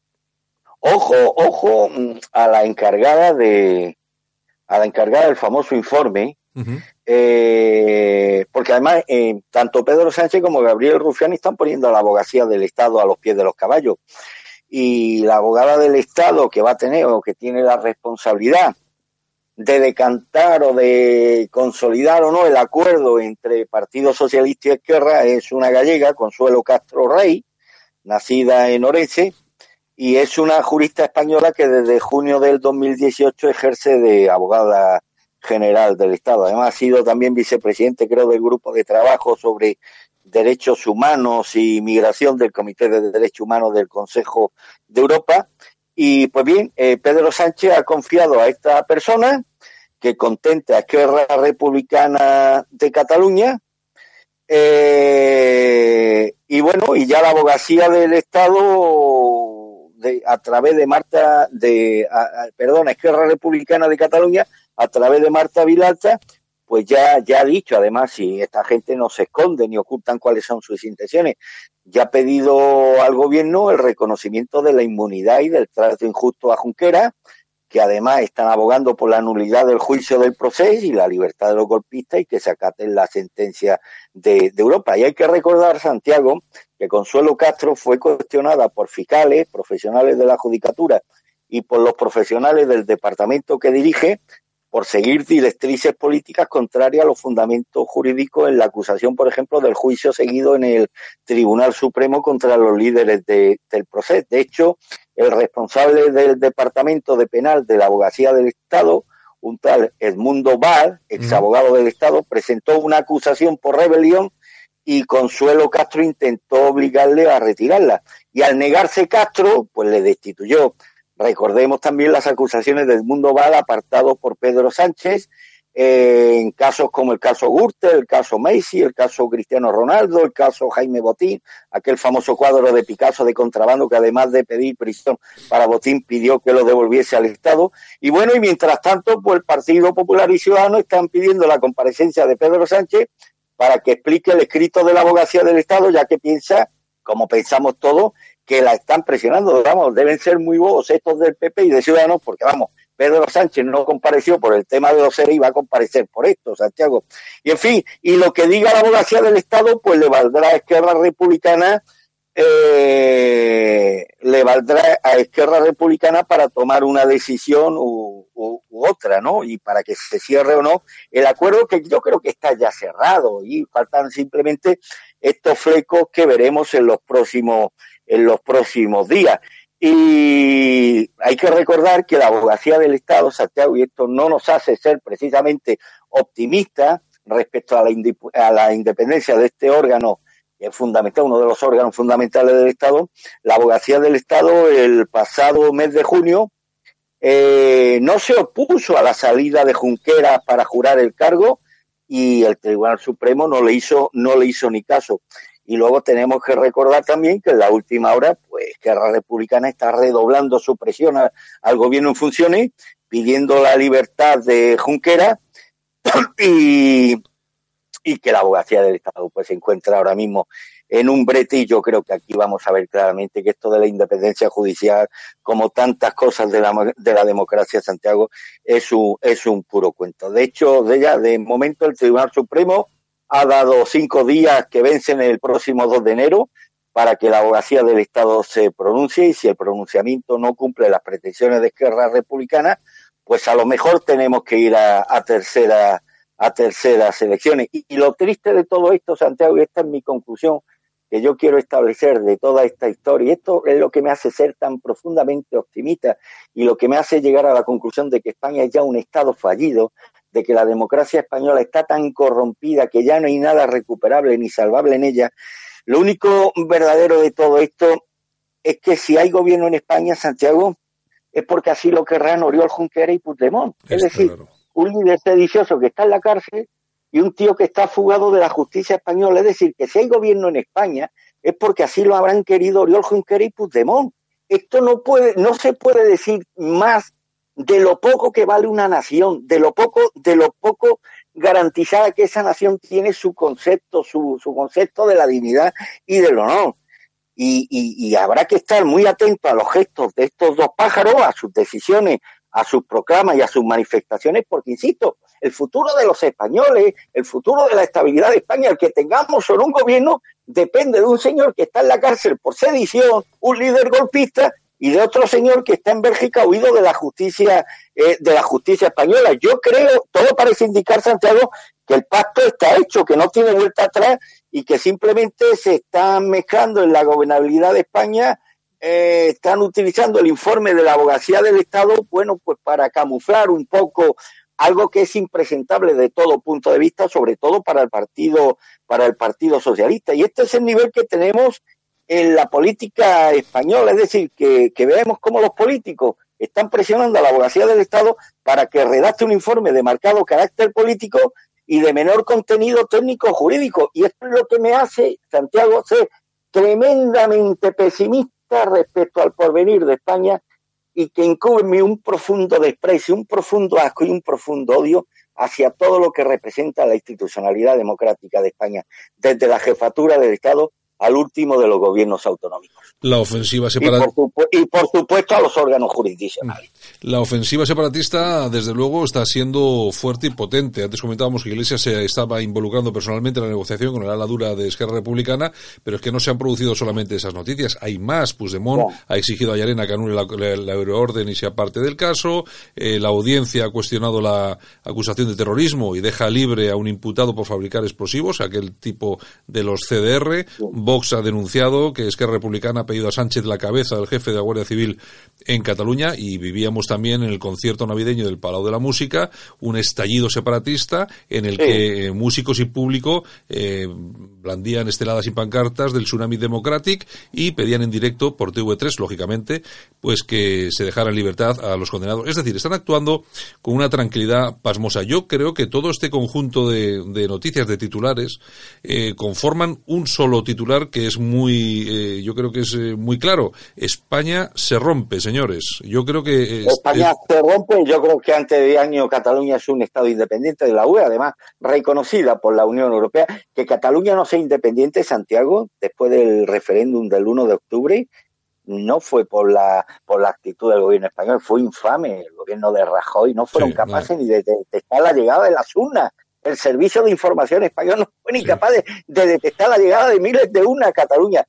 Ojo a la encargada del famoso informe. Uh-huh. Porque además tanto Pedro Sánchez como Gabriel Rufián están poniendo a la abogacía del Estado a los pies de los caballos, y la abogada del Estado que va a tener o que tiene la responsabilidad de decantar o de consolidar o no el acuerdo entre Partido Socialista y Esquerra es una gallega, Consuelo Castro Rey, nacida en Orense, y es una jurista española que desde junio del 2018 ejerce de abogada general del Estado. Además ha sido también vicepresidente, creo, del grupo de trabajo sobre derechos humanos y migración del Comité de Derechos Humanos del Consejo de Europa. Y pues bien, Pedro Sánchez ha confiado a esta persona que contente a Esquerra Republicana de Cataluña, y bueno, y ya la abogacía del Estado a través de Esquerra Republicana de Cataluña, a través de Marta Vilalta, pues ya ha dicho, además, si esta gente no se esconde ni ocultan cuáles son sus intenciones, ya ha pedido al gobierno el reconocimiento de la inmunidad y del trato injusto a Junqueras, que además están abogando por la nulidad del juicio del proceso y la libertad de los golpistas, y que se acaten la sentencia de Europa. Y hay que recordar, Santiago, que Consuelo Castro fue cuestionada por fiscales, profesionales de la judicatura y por los profesionales del departamento que dirige, por seguir directrices políticas contrarias a los fundamentos jurídicos en la acusación, por ejemplo, del juicio seguido en el Tribunal Supremo contra los líderes del proceso. De hecho, el responsable del Departamento de Penal de la Abogacía del Estado, un tal Edmundo Val, ex abogado del Estado, presentó una acusación por rebelión y Consuelo Castro intentó obligarle a retirarla. Y al negarse Castro, pues le destituyó. Recordemos también las acusaciones de Edmundo Val apartado por Pedro Sánchez en casos como el caso Gürtel, el caso Macy, el caso Cristiano Ronaldo, el caso Jaime Botín, aquel famoso cuadro de Picasso de contrabando que además de pedir prisión para Botín pidió que lo devolviese al Estado. Y bueno, y mientras tanto, pues el Partido Popular y Ciudadanos están pidiendo la comparecencia de Pedro Sánchez para que explique el escrito de la abogacía del Estado, ya que piensa, como pensamos todos, que la están presionando. Vamos, deben ser muy bobos estos del PP y de Ciudadanos, porque vamos, Pedro Sánchez no compareció por el tema de los seres y va a comparecer por esto, Santiago. Y en fin, y lo que diga la abogacía del Estado, pues le valdrá a Esquerra Republicana, le le valdrá a Esquerra Republicana para tomar una decisión u otra, ¿no? Y para que se cierre o no el acuerdo, que yo creo que está ya cerrado, y faltan simplemente estos flecos que veremos en los próximos días. Y hay que recordar que la abogacía del Estado, Santiago, y esto no nos hace ser precisamente optimistas respecto a la independencia de este órgano, que es fundamental, uno de los órganos fundamentales del Estado. La abogacía del Estado el pasado mes de junio no se opuso a la salida de Junqueras para jurar el cargo, y el Tribunal Supremo no le hizo ni caso. Y luego tenemos que recordar también que en la última hora, pues, Esquerra Republicana está redoblando su presión al gobierno en funciones, pidiendo la libertad de Junqueras, y que la abogacía del Estado pues se encuentra ahora mismo en un brete. Y yo creo que aquí vamos a ver claramente que esto de la independencia judicial, como tantas cosas de la democracia, Santiago, es un puro cuento. De hecho, de momento el Tribunal Supremo ha dado 5 días que vencen el próximo 2 de enero para que la abogacía del Estado se pronuncie, y si el pronunciamiento no cumple las pretensiones de Esquerra Republicana, pues a lo mejor tenemos que ir a terceras elecciones. Y lo triste de todo esto, Santiago, y esta es mi conclusión que yo quiero establecer de toda esta historia, y esto es lo que me hace ser tan profundamente optimista, y lo que me hace llegar a la conclusión de que España es ya un Estado fallido, de que la democracia española está tan corrompida que ya no hay nada recuperable ni salvable en ella. Lo único verdadero de todo esto es que si hay gobierno en España, Santiago, es porque así lo querrán Oriol Junqueras y Puigdemont. Es decir, claro, un líder sedicioso que está en la cárcel y un tío que está fugado de la justicia española. Es decir, que si hay gobierno en España es porque así lo habrán querido Oriol Junqueras y Puigdemont. Esto no se puede decir más de lo poco que vale una nación, de lo poco garantizada que esa nación tiene su concepto de la dignidad y del honor. Y habrá que estar muy atento a los gestos de estos dos pájaros, a sus decisiones, a sus proclamas y a sus manifestaciones, porque, insisto, el futuro de los españoles, el futuro de la estabilidad de España, el que tengamos solo un gobierno, depende de un señor que está en la cárcel por sedición, un líder golpista, y de otro señor que está en Bélgica huido de la justicia española. Yo creo, todo parece indicar, Santiago, que el pacto está hecho, que no tiene vuelta atrás, y que simplemente se están mezclando en la gobernabilidad de España. Están utilizando el informe de la abogacía del Estado, bueno, pues para camuflar un poco algo que es impresentable de todo punto de vista, sobre todo para el Partido Socialista. Y este es el nivel que tenemos en la política española, es decir, que vemos cómo los políticos están presionando a la abogacía del Estado para que redacte un informe de marcado carácter político y de menor contenido técnico jurídico. Y esto es lo que me hace, Santiago, ser tremendamente pesimista respecto al porvenir de España, y que incube en mí un profundo desprecio, un profundo asco y un profundo odio hacia todo lo que representa la institucionalidad democrática de España, desde la jefatura del Estado al último de los gobiernos autonómicos. La ofensiva y por supuesto a los órganos jurisdiccionales. La ofensiva separatista, desde luego, está siendo fuerte y potente. Antes comentábamos que Iglesias se estaba involucrando personalmente en la negociación con el ala dura de Esquerra Republicana, pero es que no se han producido solamente esas noticias. Hay más. Puigdemont ha exigido a Llarena que anule la euroorden y sea parte del caso. La audiencia ha cuestionado la acusación de terrorismo y deja libre a un imputado por fabricar explosivos, aquel tipo de los CDR. Vox ha denunciado que Esquerra Republicana ha pedido a Sánchez la cabeza del jefe de la Guardia Civil en Cataluña, y vivíamos también en el concierto navideño del Palau de la Música un estallido separatista en el que músicos y público blandían esteladas y pancartas del Tsunami Democratic y pedían en directo por TV3, lógicamente, pues que se dejara en libertad a los condenados. Es decir, están actuando con una tranquilidad pasmosa. Yo creo que todo este conjunto de noticias, de titulares, conforman un solo titular que es muy, yo creo que es muy claro. España se rompe, señores. Yo creo que España se rompe. Yo creo que antes de año Cataluña es un estado independiente de la UE, además reconocida por la Unión Europea. Que Cataluña no sea independiente, Santiago, después del referéndum del 1 de octubre, no fue por la actitud del gobierno español, fue infame. El gobierno de Rajoy no fueron capaces ni de detectar la llegada de las urnas. El Servicio de Información español no fue ni capaz de detectar la llegada de miles de urnas a Cataluña.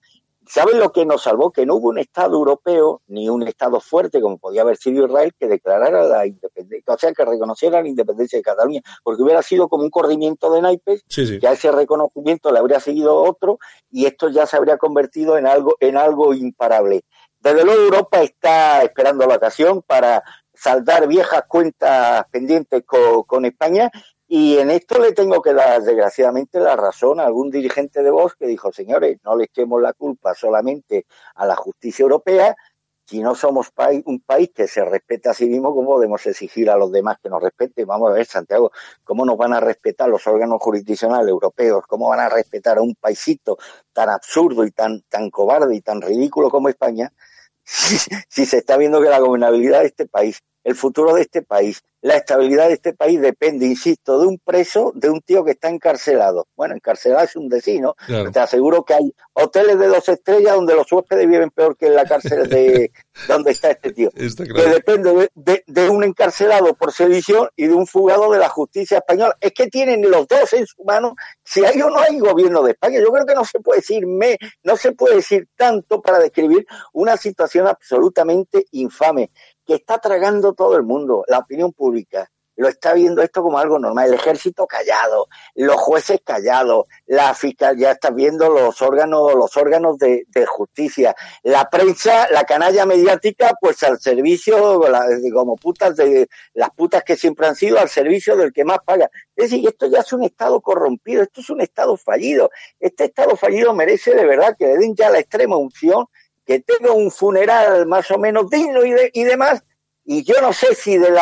¿saben lo que nos salvó? Que no hubo un Estado europeo, ni un Estado fuerte, como podía haber sido Israel, que declarara la independencia, o sea, que reconociera la independencia de Cataluña, porque hubiera sido como un corrimiento de naipes, que a ese reconocimiento le habría seguido otro, y esto ya se habría convertido en algo imparable. Desde luego Europa está esperando la ocasión para saldar viejas cuentas pendientes con España, y en esto le tengo que dar, desgraciadamente, la razón a algún dirigente de Vox que dijo, señores, no le echemos la culpa solamente a la justicia europea. Si no somos un país que se respeta a sí mismo, ¿cómo podemos exigir a los demás que nos respeten? Vamos a ver, Santiago, ¿cómo nos van a respetar los órganos jurisdiccionales europeos? ¿Cómo van a respetar a un paisito tan absurdo y tan cobarde y tan ridículo como España? Si se está viendo que la gobernabilidad de este país, el futuro de este país, la estabilidad de este país depende, insisto, de un preso, de un tío que está encarcelado. Bueno, encarcelado es un decino. Claro. Te aseguro que hay hoteles de 2 estrellas donde los huéspedes viven peor que en la cárcel de donde está este tío. Está claro. Que depende de un encarcelado por sedición y de un fugado de la justicia española. Es que tienen los dos en su mano. Si hay o no hay gobierno de España, yo creo que no se puede decir tanto para describir una situación absolutamente infame que está tragando todo el mundo, la opinión pública. Lo está viendo esto como algo normal. El ejército callado, los jueces callados, la fiscal, ya estás viendo los órganos de justicia, la prensa, la canalla mediática, pues al servicio, como putas de las putas que siempre han sido, al servicio del que más paga. Es decir, esto ya es un Estado corrompido, esto es un Estado fallido. Este Estado fallido merece de verdad que le den ya la extrema unción, que tenga un funeral más o menos digno y demás. Y yo no sé si del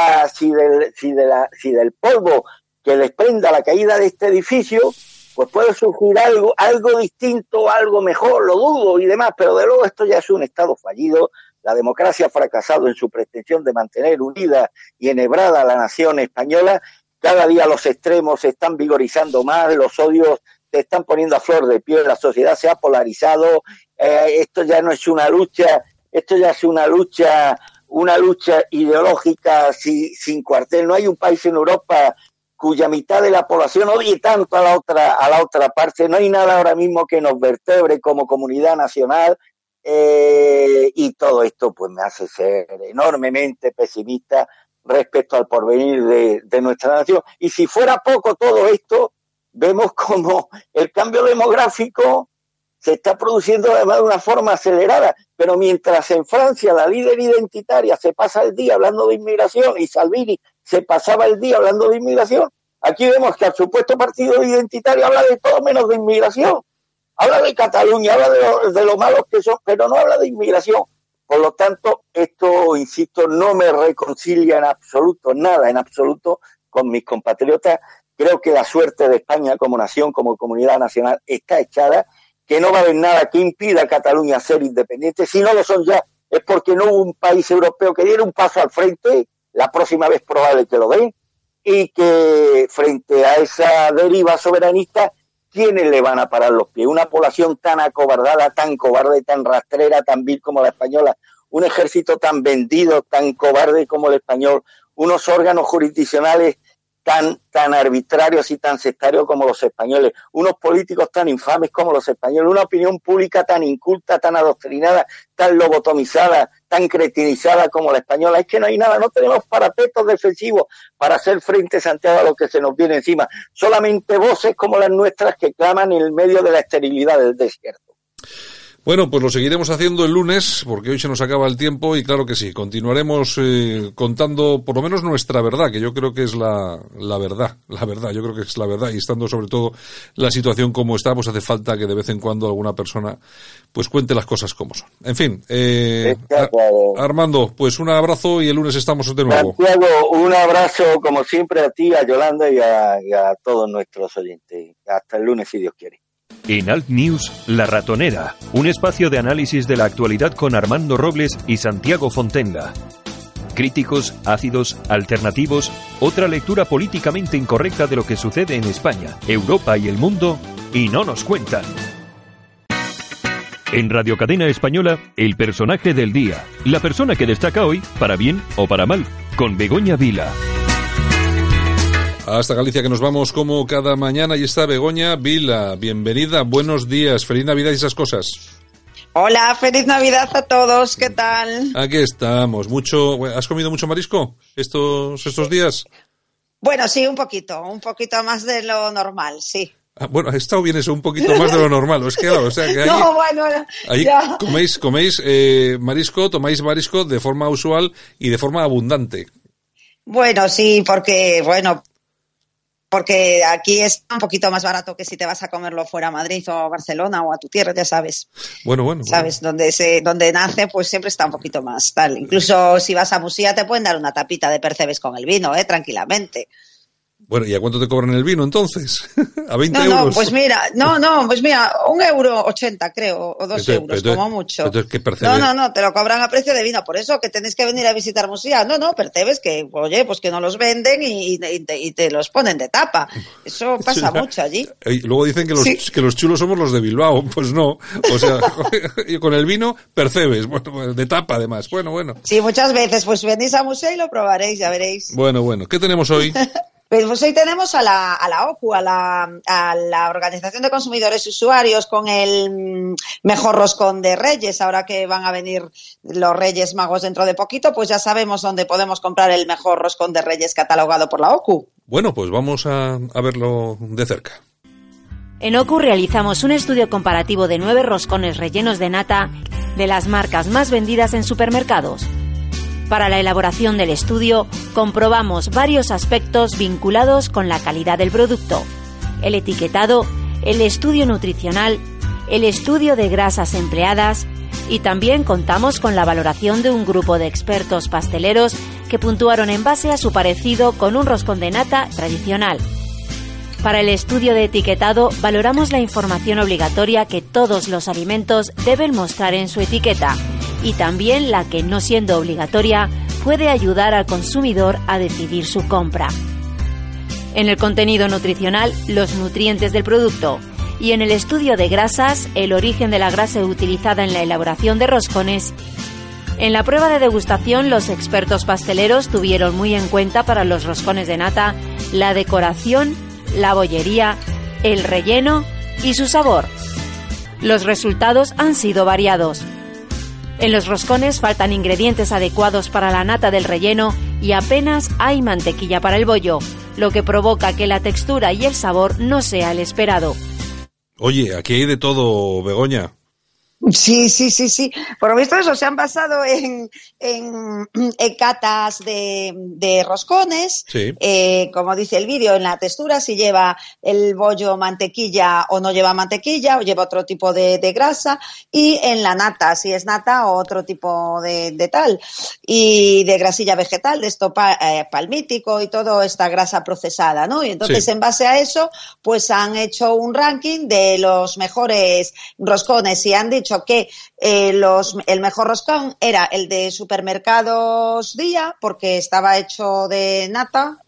polvo que desprenda la caída de este edificio, pues puede surgir algo distinto, algo mejor, lo dudo y demás, pero de luego esto ya es un Estado fallido. La democracia ha fracasado en su pretensión de mantener unida y enhebrada a la nación española. Cada día los extremos se están vigorizando más, los odios se están poniendo a flor de piel, la sociedad se ha polarizado. Esto ya no es una lucha, esto ya es una lucha ideológica sin cuartel. No hay un país en Europa cuya mitad de la población odie tanto a la otra parte. No hay nada ahora mismo que nos vertebre como comunidad nacional, y todo esto pues me hace ser enormemente pesimista respecto al porvenir de nuestra nación. Y si fuera poco todo esto, vemos como el cambio demográfico se está produciendo además de una forma acelerada, pero mientras en Francia la líder identitaria se pasa el día hablando de inmigración y Salvini se pasaba el día hablando de inmigración, aquí vemos que el supuesto partido identitario habla de todo menos de inmigración. Habla de Cataluña, habla de lo malos que son, pero no habla de inmigración. Por lo tanto, esto, insisto, no me reconcilia en absoluto, nada en absoluto con mis compatriotas. Creo que la suerte de España como nación, como comunidad nacional, está echada, que no va a haber nada que impida a Cataluña ser independiente. Si no lo son ya, es porque no hubo un país europeo que diera un paso al frente, la próxima vez probable que lo den, y que frente a esa deriva soberanista, ¿quiénes le van a parar los pies? Una población tan acobardada, tan cobarde, tan rastrera, tan vil como la española, un ejército tan vendido, tan cobarde como el español, unos órganos jurisdiccionales tan arbitrarios y tan sectarios como los españoles, unos políticos tan infames como los españoles, una opinión pública tan inculta, tan adoctrinada, tan lobotomizada, tan cretinizada como la española. Es que no hay nada, no tenemos parapetos defensivos para hacer frente, Santiago, a lo que se nos viene encima. Solamente voces como las nuestras que claman en el medio de la esterilidad del desierto. Bueno, pues lo seguiremos haciendo el lunes, porque hoy se nos acaba el tiempo y claro que sí, continuaremos contando por lo menos nuestra verdad, que yo creo que es la verdad, yo creo que es la verdad, y estando sobre todo la situación como está, pues hace falta que de vez en cuando alguna persona pues cuente las cosas como son. En fin, Armando, pues un abrazo y el lunes estamos de nuevo. Santiago, un abrazo como siempre a ti, a Yolanda y a todos nuestros oyentes. Hasta el lunes, si Dios quiere. En Alt News, La Ratonera, un espacio de análisis de la actualidad con Armando Robles y Santiago Fontenla. Críticos, ácidos, alternativos, otra lectura políticamente incorrecta de lo que sucede en España, Europa y el mundo, y no nos cuentan. En Radio Cadena Española, el personaje del día, la persona que destaca hoy, para bien o para mal, con Begoña Vila. Hasta Galicia, que nos vamos como cada mañana. Y está Begoña Vila. Bienvenida, buenos días, feliz Navidad y esas cosas. Hola, feliz Navidad a todos, ¿qué tal? Aquí estamos. ¿Has comido mucho marisco estos días? Bueno, sí, un poquito más de lo normal, sí. Bueno, ha estado bien eso, un poquito más de lo normal. Es que, claro, o sea, que ahí ya. coméis marisco, tomáis marisco de forma usual y de forma abundante. Bueno, sí, porque aquí está un poquito más barato que si te vas a comerlo fuera a Madrid o a Barcelona o a tu tierra, ya sabes. Bueno. Sabes, donde nace, pues siempre está un poquito más tal. Incluso si vas a Musía te pueden dar una tapita de percebes con el vino, tranquilamente. Bueno, ¿y a cuánto te cobran el vino entonces? ¿A 20 euros? No, pues mira, 1,80 €, creo, o 2 euros, como mucho. Entonces, ¿qué percebes? No, te lo cobran a precio de vino, por eso que tenéis que venir a visitar Musía. No, percebes que, oye, pues que no los venden y te los ponen de tapa. Eso pasa mucho allí. Y luego dicen que los chulos somos los de Bilbao, pues no. O sea, con el vino percebes, bueno, de tapa además. Bueno. Sí, muchas veces, pues venís a Musea y lo probaréis, ya veréis. Bueno, ¿qué tenemos hoy? Pues hoy tenemos a la OCU, a la Organización de Consumidores y Usuarios, con el mejor roscón de Reyes. Ahora que van a venir los Reyes Magos dentro de poquito, pues ya sabemos dónde podemos comprar el mejor roscón de Reyes catalogado por la OCU. Bueno, pues vamos a verlo de cerca. En OCU realizamos un estudio comparativo de 9 roscones rellenos de nata de las marcas más vendidas en supermercados. Para la elaboración del estudio, comprobamos varios aspectos vinculados con la calidad del producto: el etiquetado, el estudio nutricional, el estudio de grasas empleadas, y también contamos con la valoración de un grupo de expertos pasteleros que puntuaron en base a su parecido con un roscón de nata tradicional. Para el estudio de etiquetado, valoramos la información obligatoria que todos los alimentos deben mostrar en su etiqueta, y también la que, no siendo obligatoria, puede ayudar al consumidor a decidir su compra. En el contenido nutricional, los nutrientes del producto, y en el estudio de grasas, el origen de la grasa utilizada en la elaboración de roscones. En la prueba de degustación, los expertos pasteleros tuvieron muy en cuenta para los roscones de nata la decoración, la bollería, el relleno y su sabor. Los resultados han sido variados. En los roscones faltan ingredientes adecuados para la nata del relleno y apenas hay mantequilla para el bollo, lo que provoca que la textura y el sabor no sea el esperado. Oye, aquí hay de todo, Begoña. Sí. Por lo visto eso, se han basado en catas de roscones, sí. Como dice el vídeo, en la textura, si lleva el bollo mantequilla o no lleva mantequilla, o lleva otro tipo de grasa, y en la nata, si es nata o otro tipo de tal, y de grasilla vegetal, de esto palmítico y toda esta grasa procesada, ¿no? Y entonces, sí, en base a eso, pues han hecho un ranking de los mejores roscones y han dicho que el mejor roscón era el de Supermercados Día, porque estaba hecho de nata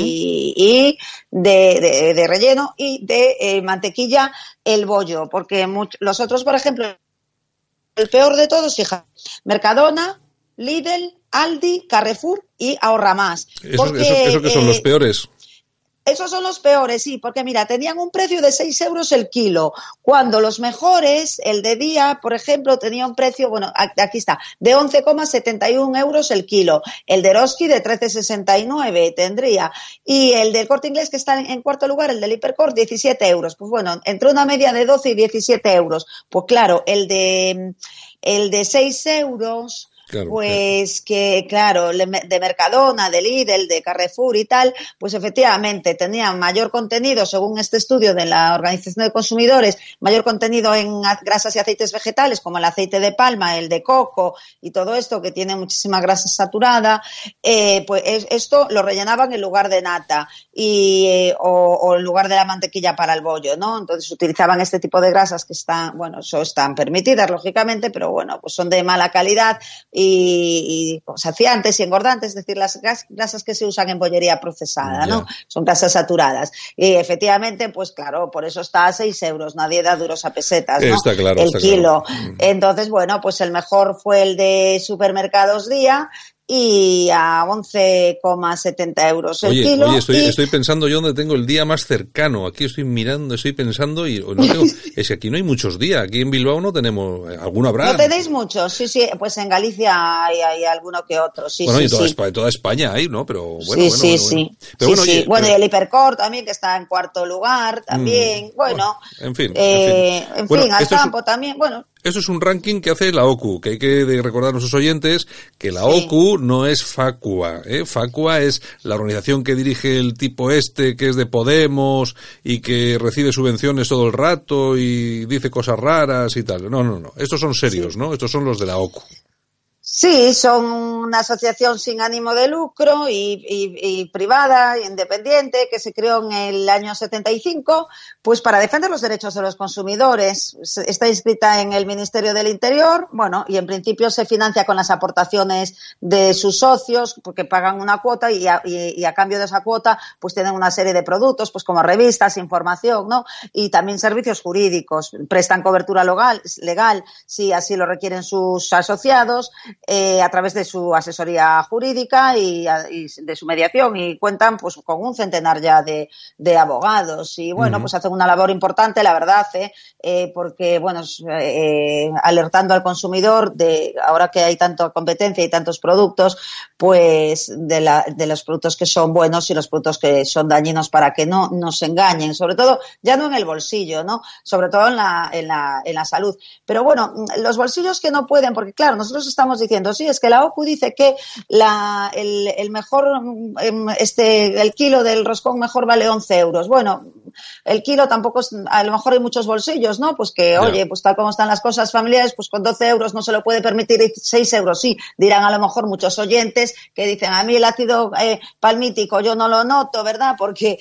y de relleno, y de mantequilla el bollo, porque los otros, por ejemplo, el peor de todos, fija, Mercadona, Lidl, Aldi, Carrefour y Ahorra Más. ¿Eso que son los peores? Esos son los peores, sí, porque mira, tenían un precio de 6 euros el kilo, cuando los mejores, el de Día, por ejemplo, tenía un precio, bueno, aquí está, de 11,71 euros el kilo, el de Eroski de 13,69 tendría, y el del Corte Inglés, que está en cuarto lugar, el del Hipercor, 17 euros. Pues bueno, entre una media de 12 y 17 euros. Pues claro, el de 6 euros... Claro, pues que, claro, de Mercadona, de Lidl, de Carrefour y tal, pues efectivamente tenían mayor contenido, según este estudio de la Organización de Consumidores, mayor contenido en grasas y aceites vegetales, como el aceite de palma, el de coco y todo esto, que tiene muchísima grasa saturada, pues esto lo rellenaban en lugar de nata o en lugar de la mantequilla para el bollo, ¿no? Entonces utilizaban este tipo de grasas que están permitidas, lógicamente, pero bueno, pues son de mala calidad y saciantes y engordantes, es decir, las grasas que se usan en bollería procesada, ¿no? Son grasas saturadas. Y efectivamente, pues claro, por eso está a 6 euros, nadie da duros a pesetas, ¿no? Está claro, el está kilo. Claro. Entonces, bueno, pues el mejor fue el de Supermercados Día, y a 11,70 euros el kilo. Oye, estoy pensando yo dónde tengo el día más cercano. Aquí estoy mirando, estoy pensando y no tengo, es que aquí no hay muchos días. Aquí en Bilbao no tenemos, ¿alguno habrá? ¿No tenéis muchos? Sí, pues en Galicia hay alguno que otro, sí. Bueno, sí, y toda España hay, ¿no? Pero bueno, sí. Pero bueno, oye, bueno, y el Hipercor también, que está en cuarto lugar, también, bueno. En fin, al campo también, bueno. Esto es un ranking que hace la OCU, que hay que recordar a nuestros oyentes que la OCU no es Facua, ¿eh? Facua es la organización que dirige el tipo que es de Podemos y que recibe subvenciones todo el rato y dice cosas raras y tal. No. Estos son serios, ¿no? Estos son los de la OCU. Sí, son una asociación sin ánimo de lucro y privada, independiente, que se creó en el año 75, pues para defender los derechos de los consumidores. Está inscrita en el Ministerio del Interior, bueno, y en principio se financia con las aportaciones de sus socios, porque pagan una cuota y a cambio de esa cuota, pues tienen una serie de productos, pues como revistas, información, ¿no? Y también servicios jurídicos. Prestan cobertura legal, si así lo requieren sus asociados, a través de su asesoría jurídica y de su mediación, y cuentan pues con un centenar ya de abogados y bueno, pues hacen una labor importante, la verdad, porque bueno, alertando al consumidor de ahora que hay tanta competencia y tantos productos, pues de los productos que son buenos y los productos que son dañinos, para que no nos engañen, sobre todo ya no en el bolsillo, ¿no? Sobre todo en la salud. Pero bueno, los bolsillos que no pueden, porque claro, nosotros estamos diciendo, sí, es que la OCU dice que el mejor, el kilo del roscón mejor vale 11 euros. Bueno, el kilo tampoco es, a lo mejor hay muchos bolsillos, ¿no? Pues que, oye, pues tal como están las cosas familiares, pues con 12 euros no se lo puede permitir, 6 euros sí. Dirán a lo mejor muchos oyentes que dicen, a mí el ácido palmítico yo no lo noto, ¿verdad? Porque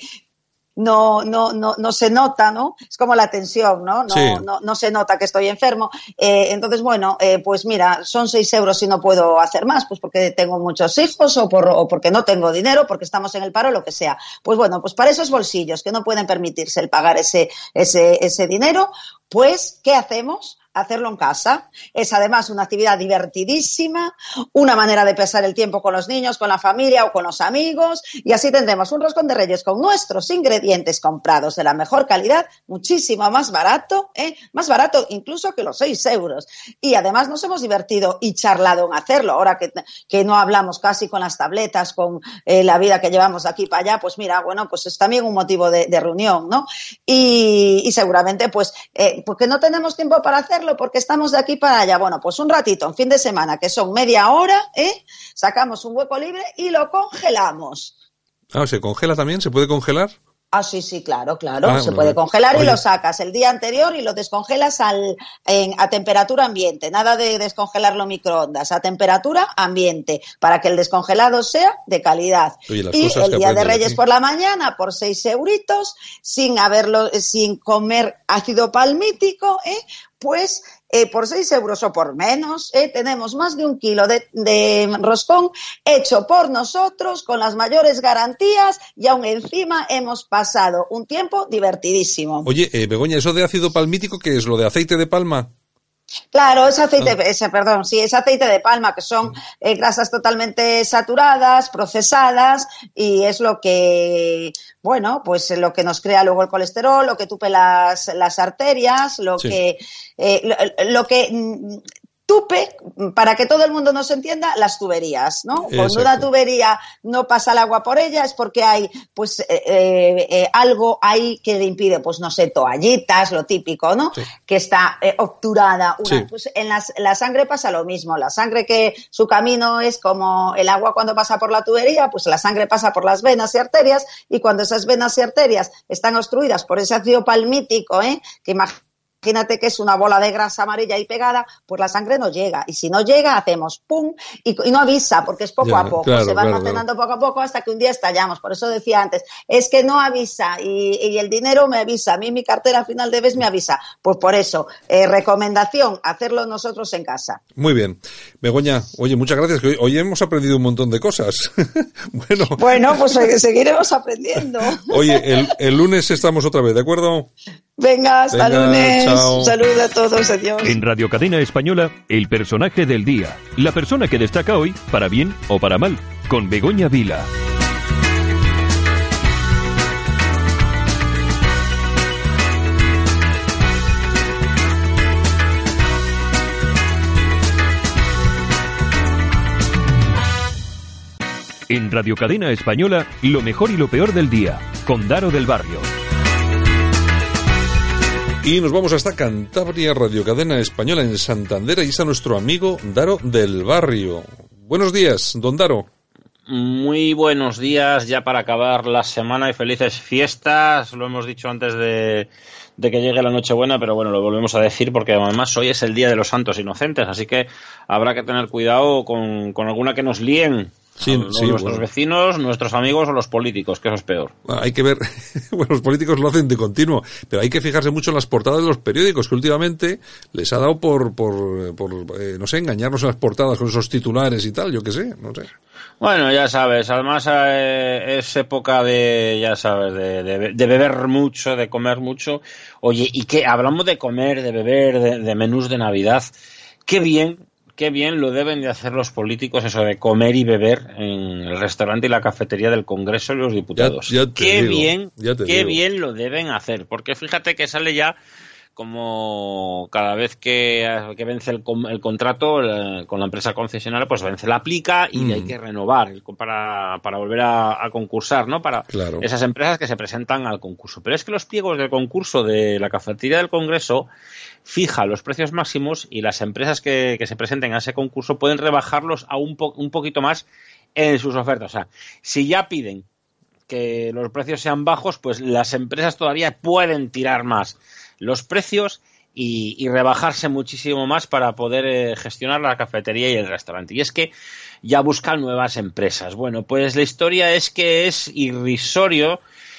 no se nota, ¿no? Es como la tensión, ¿no? No se nota que estoy enfermo. Entonces, bueno, pues mira, son 6 euros y no puedo hacer más, pues porque tengo muchos hijos o porque no tengo dinero, porque estamos en el paro, lo que sea. Pues bueno, pues para esos bolsillos que no pueden permitirse el pagar ese dinero, pues, ¿qué hacemos? Hacerlo en casa. Es además una actividad divertidísima, una manera de pasar el tiempo con los niños, con la familia o con los amigos, y así tendremos un roscón de Reyes con nuestros ingredientes comprados de la mejor calidad, muchísimo más barato incluso que los 6 euros. Y además nos hemos divertido y charlado en hacerlo. Ahora que no hablamos casi con las tabletas, con la vida que llevamos de aquí para allá, pues mira, bueno, pues es también un motivo de reunión, ¿no? Y seguramente, pues, porque no tenemos tiempo para hacerlo, porque estamos de aquí para allá. Bueno, pues un ratito, en fin de semana, que son media hora, sacamos un hueco libre y lo congelamos. Ah, ¿se congela también? ¿Se puede congelar? Ah, sí, claro. Se puede congelar. Oye. Y lo sacas el día anterior y lo descongelas a temperatura ambiente. Nada de descongelarlo en microondas, a temperatura ambiente, para que el descongelado sea de calidad. Oye, y el día de Reyes por la mañana, por 6 euritos, sin comer ácido palmítico, pues por 6 euros o por menos, tenemos más de 1 kilo de roscón hecho por nosotros, con las mayores garantías, y aún encima hemos pasado un tiempo divertidísimo. Oye, Begoña, ¿eso de ácido palmítico qué es? ¿Lo de aceite de palma? Claro, es aceite de palma, que son grasas totalmente saturadas, procesadas, y es lo que, bueno, pues lo que nos crea luego el colesterol, lo que tupe las arterias, lo que tupe, para que todo el mundo nos entienda, las tuberías, ¿no? Exacto. Cuando una tubería no pasa el agua por ella es porque hay, pues, algo ahí que le impide, pues, no sé, toallitas, lo típico, ¿no? Sí. Que está obturada. Sí. Pues en la sangre pasa lo mismo. La sangre, que su camino es como el agua cuando pasa por la tubería, pues la sangre pasa por las venas y arterias, y cuando esas venas y arterias están obstruidas por ese ácido palmítico, que imagínate que es una bola de grasa amarilla ahí pegada, pues la sangre no llega. Y si no llega, hacemos pum, y no avisa, porque es poco a poco. Claro, se va almacenando poco a poco hasta que un día estallamos. Por eso decía antes, es que no avisa, y el dinero me avisa. A mí mi cartera a final de mes me avisa. Pues por eso, recomendación, hacerlo nosotros en casa. Muy bien. Begoña, oye, muchas gracias, que hoy hemos aprendido un montón de cosas. Bueno, pues seguiremos aprendiendo. Oye, el lunes estamos otra vez, ¿de acuerdo? Venga, hasta lunes. Chao. Un saludo a todos, adiós. En Radio Cadena Española, el personaje del día. La persona que destaca hoy, para bien o para mal, con Begoña Vila. En Radio Cadena Española, lo mejor y lo peor del día, con Daro del Barrio. Y nos vamos hasta Cantabria, Radio Cadena Española en Santander. Ahí está nuestro amigo Daro del Barrio. Buenos días, don Daro. Muy buenos días, ya para acabar la semana y felices fiestas. Lo hemos dicho antes de que llegue la Nochebuena, pero bueno, lo volvemos a decir porque además hoy es el Día de los Santos Inocentes, así que habrá que tener cuidado con alguna que nos líen. Sí, Nuestros vecinos, nuestros amigos o los políticos, que eso es peor. Hay que ver, bueno, los políticos lo hacen de continuo, pero hay que fijarse mucho en las portadas de los periódicos, que últimamente les ha dado por no sé, engañarnos en las portadas con esos titulares y tal, yo qué sé, no sé. Bueno, ya sabes, además es época de, ya sabes, de beber mucho, de comer mucho. Oye, y que hablamos de comer, de beber, de menús de Navidad, qué bien lo deben de hacer los políticos, eso de comer y beber en el restaurante y la cafetería del Congreso y los Diputados. Qué bien lo deben hacer, porque fíjate que sale ya como cada vez que vence el contrato con la empresa concesionaria, pues vence la aplica y hay que renovar para volver a concursar, ¿no? Para esas empresas que se presentan al concurso. Pero es que los pliegos del concurso de la cafetería del Congreso fija los precios máximos y las empresas que se presenten a ese concurso pueden rebajarlos a un poquito más en sus ofertas. O sea, si ya piden que los precios sean bajos, pues las empresas todavía pueden tirar más los precios y rebajarse muchísimo más para poder gestionar la cafetería y el restaurante. Y es que ya buscan nuevas empresas. Bueno, pues la historia es que es irrisorio.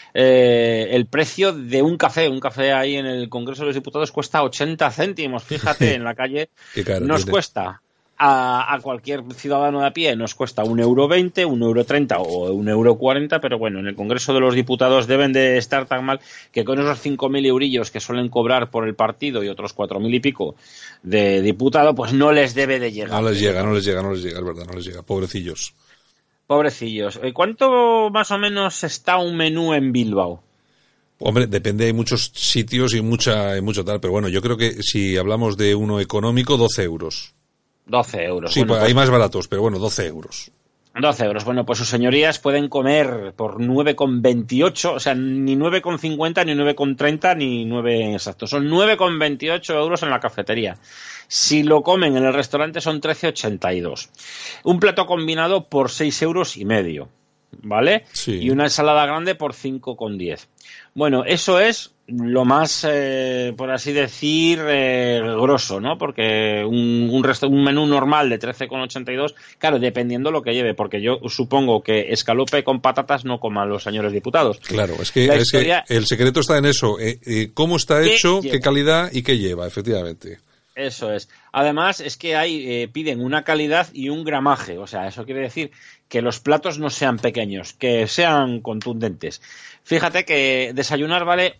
El precio de un café ahí en el Congreso de los Diputados cuesta 80 céntimos, fíjate, en la calle nos cuesta a cualquier ciudadano de a pie nos cuesta €1,20, €1,30 o €1,40, pero bueno, en el Congreso de los Diputados deben de estar tan mal que con esos 5.000 eurillos que suelen cobrar por el partido y otros 4.000 y pico de diputado, pues no les debe de llegar. No les llega, es verdad, no les llega, pobrecillos. ¿Cuánto más o menos está un menú en Bilbao? Hombre, depende, hay muchos sitios y mucho tal, pero bueno, yo creo que si hablamos de uno económico, 12 euros. 12 euros. Sí, bueno, pues hay más baratos, pero bueno, 12 euros. 12 euros. Bueno, pues sus señorías pueden comer por 9,28, o sea, ni 9,50, ni 9,30, ni 9 exacto. Son 9,28 euros en la cafetería. Si lo comen en el restaurante son 13,82. Un plato combinado por 6,5 euros, ¿vale? Sí. Y una ensalada grande por 5,10. Bueno, eso es lo más, por así decir, grosso, ¿no? Porque un menú normal de 13,82, claro, dependiendo lo que lleve, porque yo supongo que escalope con patatas no coman los señores diputados. Claro, es que el secreto está en eso, cómo está hecho, qué calidad y qué lleva, efectivamente. Eso es. Además, es que piden una calidad y un gramaje. O sea, eso quiere decir que los platos no sean pequeños, que sean contundentes. Fíjate que desayunar vale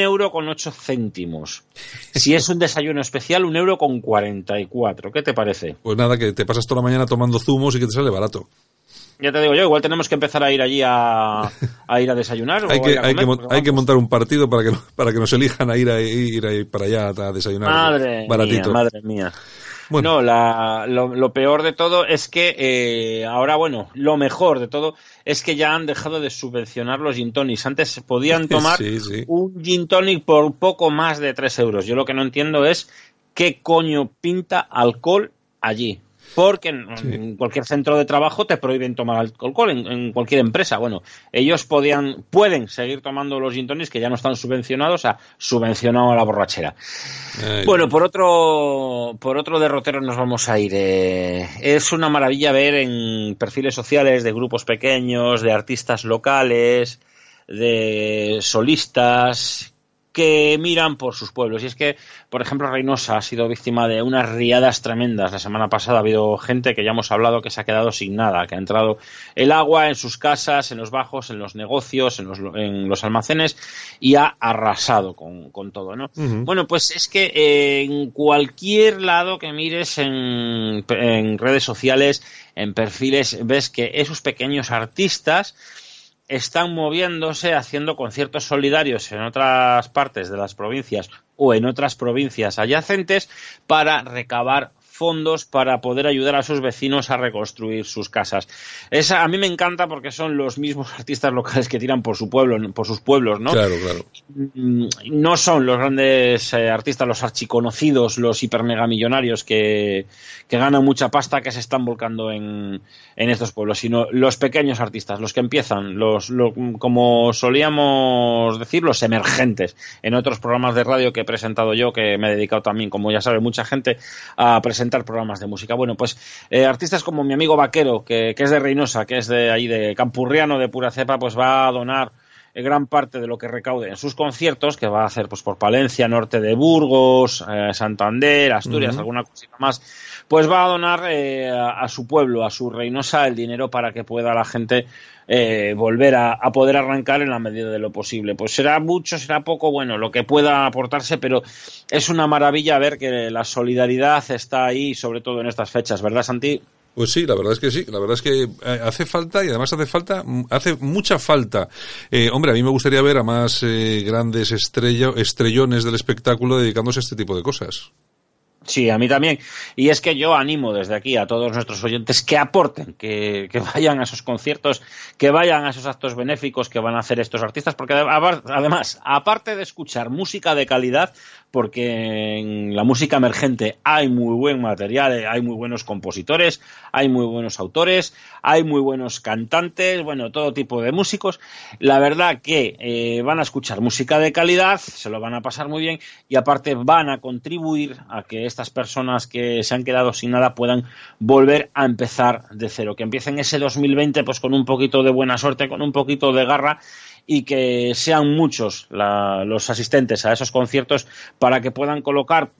€1,08. Si es un desayuno especial, €1,44. ¿Qué te parece? Pues nada, que te pasas toda la mañana tomando zumos y que te sale barato. Ya te digo yo, igual tenemos que empezar a ir allí a ir a desayunar. Hay que montar un partido para que nos elijan a ir para allá a desayunar. Baratito. Madre mía. Bueno. No, lo peor de todo es que ahora, bueno, lo mejor de todo es que ya han dejado de subvencionar los gin tonics. Antes podían tomar un gin tonic por poco más de 3 euros. Yo lo que no entiendo es qué coño pinta alcohol allí. Porque en cualquier centro de trabajo te prohíben tomar alcohol, en cualquier empresa. Bueno, ellos pueden seguir tomando los gin tonics que ya no están subvencionados, subvencionado a la borrachera. Bueno, por otro derrotero nos vamos a ir. Es una maravilla ver en perfiles sociales de grupos pequeños, de artistas locales, de solistas, que miran por sus pueblos. Y es que, por ejemplo, Reynosa ha sido víctima de unas riadas tremendas. La semana pasada ha habido gente que ya hemos hablado que se ha quedado sin nada, que ha entrado el agua en sus casas, en los bajos, en los negocios, en los almacenes, y ha arrasado con todo, ¿no? Uh-huh. Bueno, pues es que en cualquier lado que mires en redes sociales, en perfiles, ves que esos pequeños artistas están moviéndose, haciendo conciertos solidarios en otras partes de las provincias o en otras provincias adyacentes para recabar fondos para poder ayudar a sus vecinos a reconstruir sus casas. A mí me encanta porque son los mismos artistas locales que tiran por su pueblo, por sus pueblos, ¿no? Claro, claro. No son los grandes artistas, los archiconocidos, los hipermegamillonarios que ganan mucha pasta, que se están volcando en estos pueblos, sino los pequeños artistas, los que empiezan, como solíamos decir, los emergentes. En otros programas de radio que he presentado yo, que me he dedicado también, como ya sabe mucha gente, a presentar programas de música. Bueno, pues artistas como mi amigo Vaquero, que es de Reynosa, que es de ahí de Campurriano, de pura cepa, pues va a donar gran parte de lo que recaude en sus conciertos, que va a hacer pues por Palencia, norte de Burgos, Santander, Asturias, alguna cosita más, pues va a donar a su pueblo, a su Reynosa, el dinero para que pueda la gente volver a poder arrancar en la medida de lo posible. Pues será mucho, será poco, bueno, lo que pueda aportarse, pero es una maravilla ver que la solidaridad está ahí, sobre todo en estas fechas, ¿verdad, Santi? Pues sí, la verdad es que sí, la verdad es que hace falta, y además hace mucha falta. Hombre, a mí me gustaría ver a más grandes estrellones del espectáculo dedicándose a este tipo de cosas. Sí, a mí también. Y es que yo animo desde aquí a todos nuestros oyentes que aporten, que vayan a esos conciertos, que vayan a esos actos benéficos que van a hacer estos artistas, porque además, aparte de escuchar música de calidad, porque en la música emergente hay muy buen material, hay muy buenos compositores, hay muy buenos autores, hay muy buenos cantantes, bueno, todo tipo de músicos. La verdad que van a escuchar música de calidad, se lo van a pasar muy bien y aparte van a contribuir a que estas personas que se han quedado sin nada puedan volver a empezar de cero, que empiecen ese 2020 pues con un poquito de buena suerte, con un poquito de garra, y que sean muchos los asistentes a esos conciertos para que puedan colaborar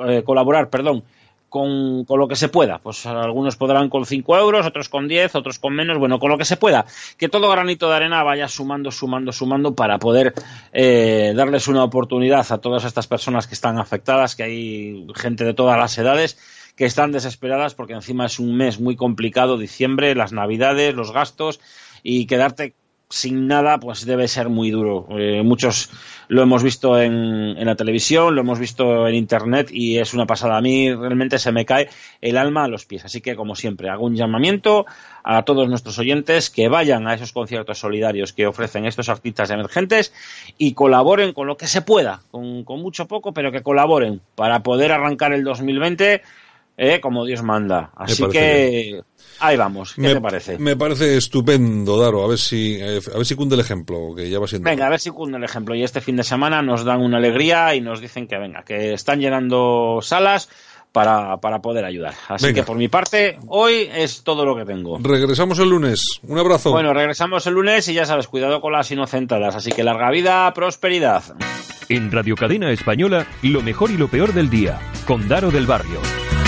con lo que se pueda. Pues algunos podrán con 5 euros, otros con 10, otros con menos, bueno, con lo que se pueda. Que todo granito de arena vaya sumando para poder darles una oportunidad a todas estas personas que están afectadas, que hay gente de todas las edades que están desesperadas porque encima es un mes muy complicado, diciembre, las navidades, los gastos, y quedarte sin nada pues debe ser muy duro. Muchos lo hemos visto en la televisión, lo hemos visto en internet y es una pasada. A mí realmente se me cae el alma a los pies, así que como siempre hago un llamamiento a todos nuestros oyentes que vayan a esos conciertos solidarios que ofrecen estos artistas emergentes y colaboren con lo que se pueda, con mucho poco, pero que colaboren para poder arrancar el 2020 como Dios manda. Así que bien. Ahí vamos, ¿qué te parece? Me parece estupendo, Daro, a ver si cunde el ejemplo, que ya va siendo. Venga, a ver si cunde el ejemplo, y este fin de semana nos dan una alegría y nos dicen que están llenando salas para poder ayudar. Así que por mi parte, hoy es todo lo que tengo. Regresamos el lunes, un abrazo. Bueno, regresamos el lunes y ya sabes, cuidado con las inocentadas, así que larga vida, prosperidad. En Radio Cadena Española, lo mejor y lo peor del día, con Daro del Barrio.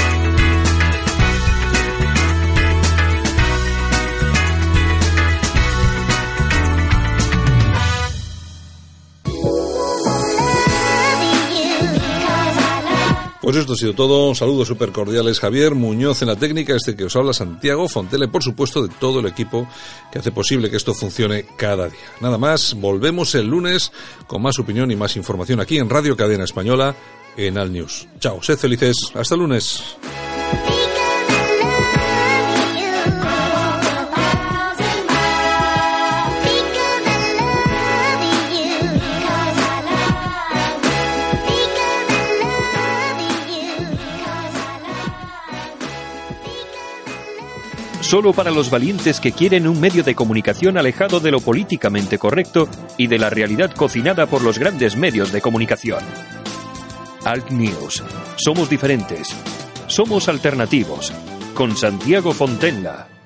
Pues esto ha sido todo. Saludos súper cordiales. Javier Muñoz en la técnica, que os habla Santiago Fontela y por supuesto de todo el equipo que hace posible que esto funcione cada día. Nada más, volvemos el lunes con más opinión y más información aquí en Radio Cadena Española en Al News. Chao, sed felices. Hasta el lunes. Solo para los valientes que quieren un medio de comunicación alejado de lo políticamente correcto y de la realidad cocinada por los grandes medios de comunicación. Alt News. Somos diferentes. Somos alternativos. Con Santiago Fontella.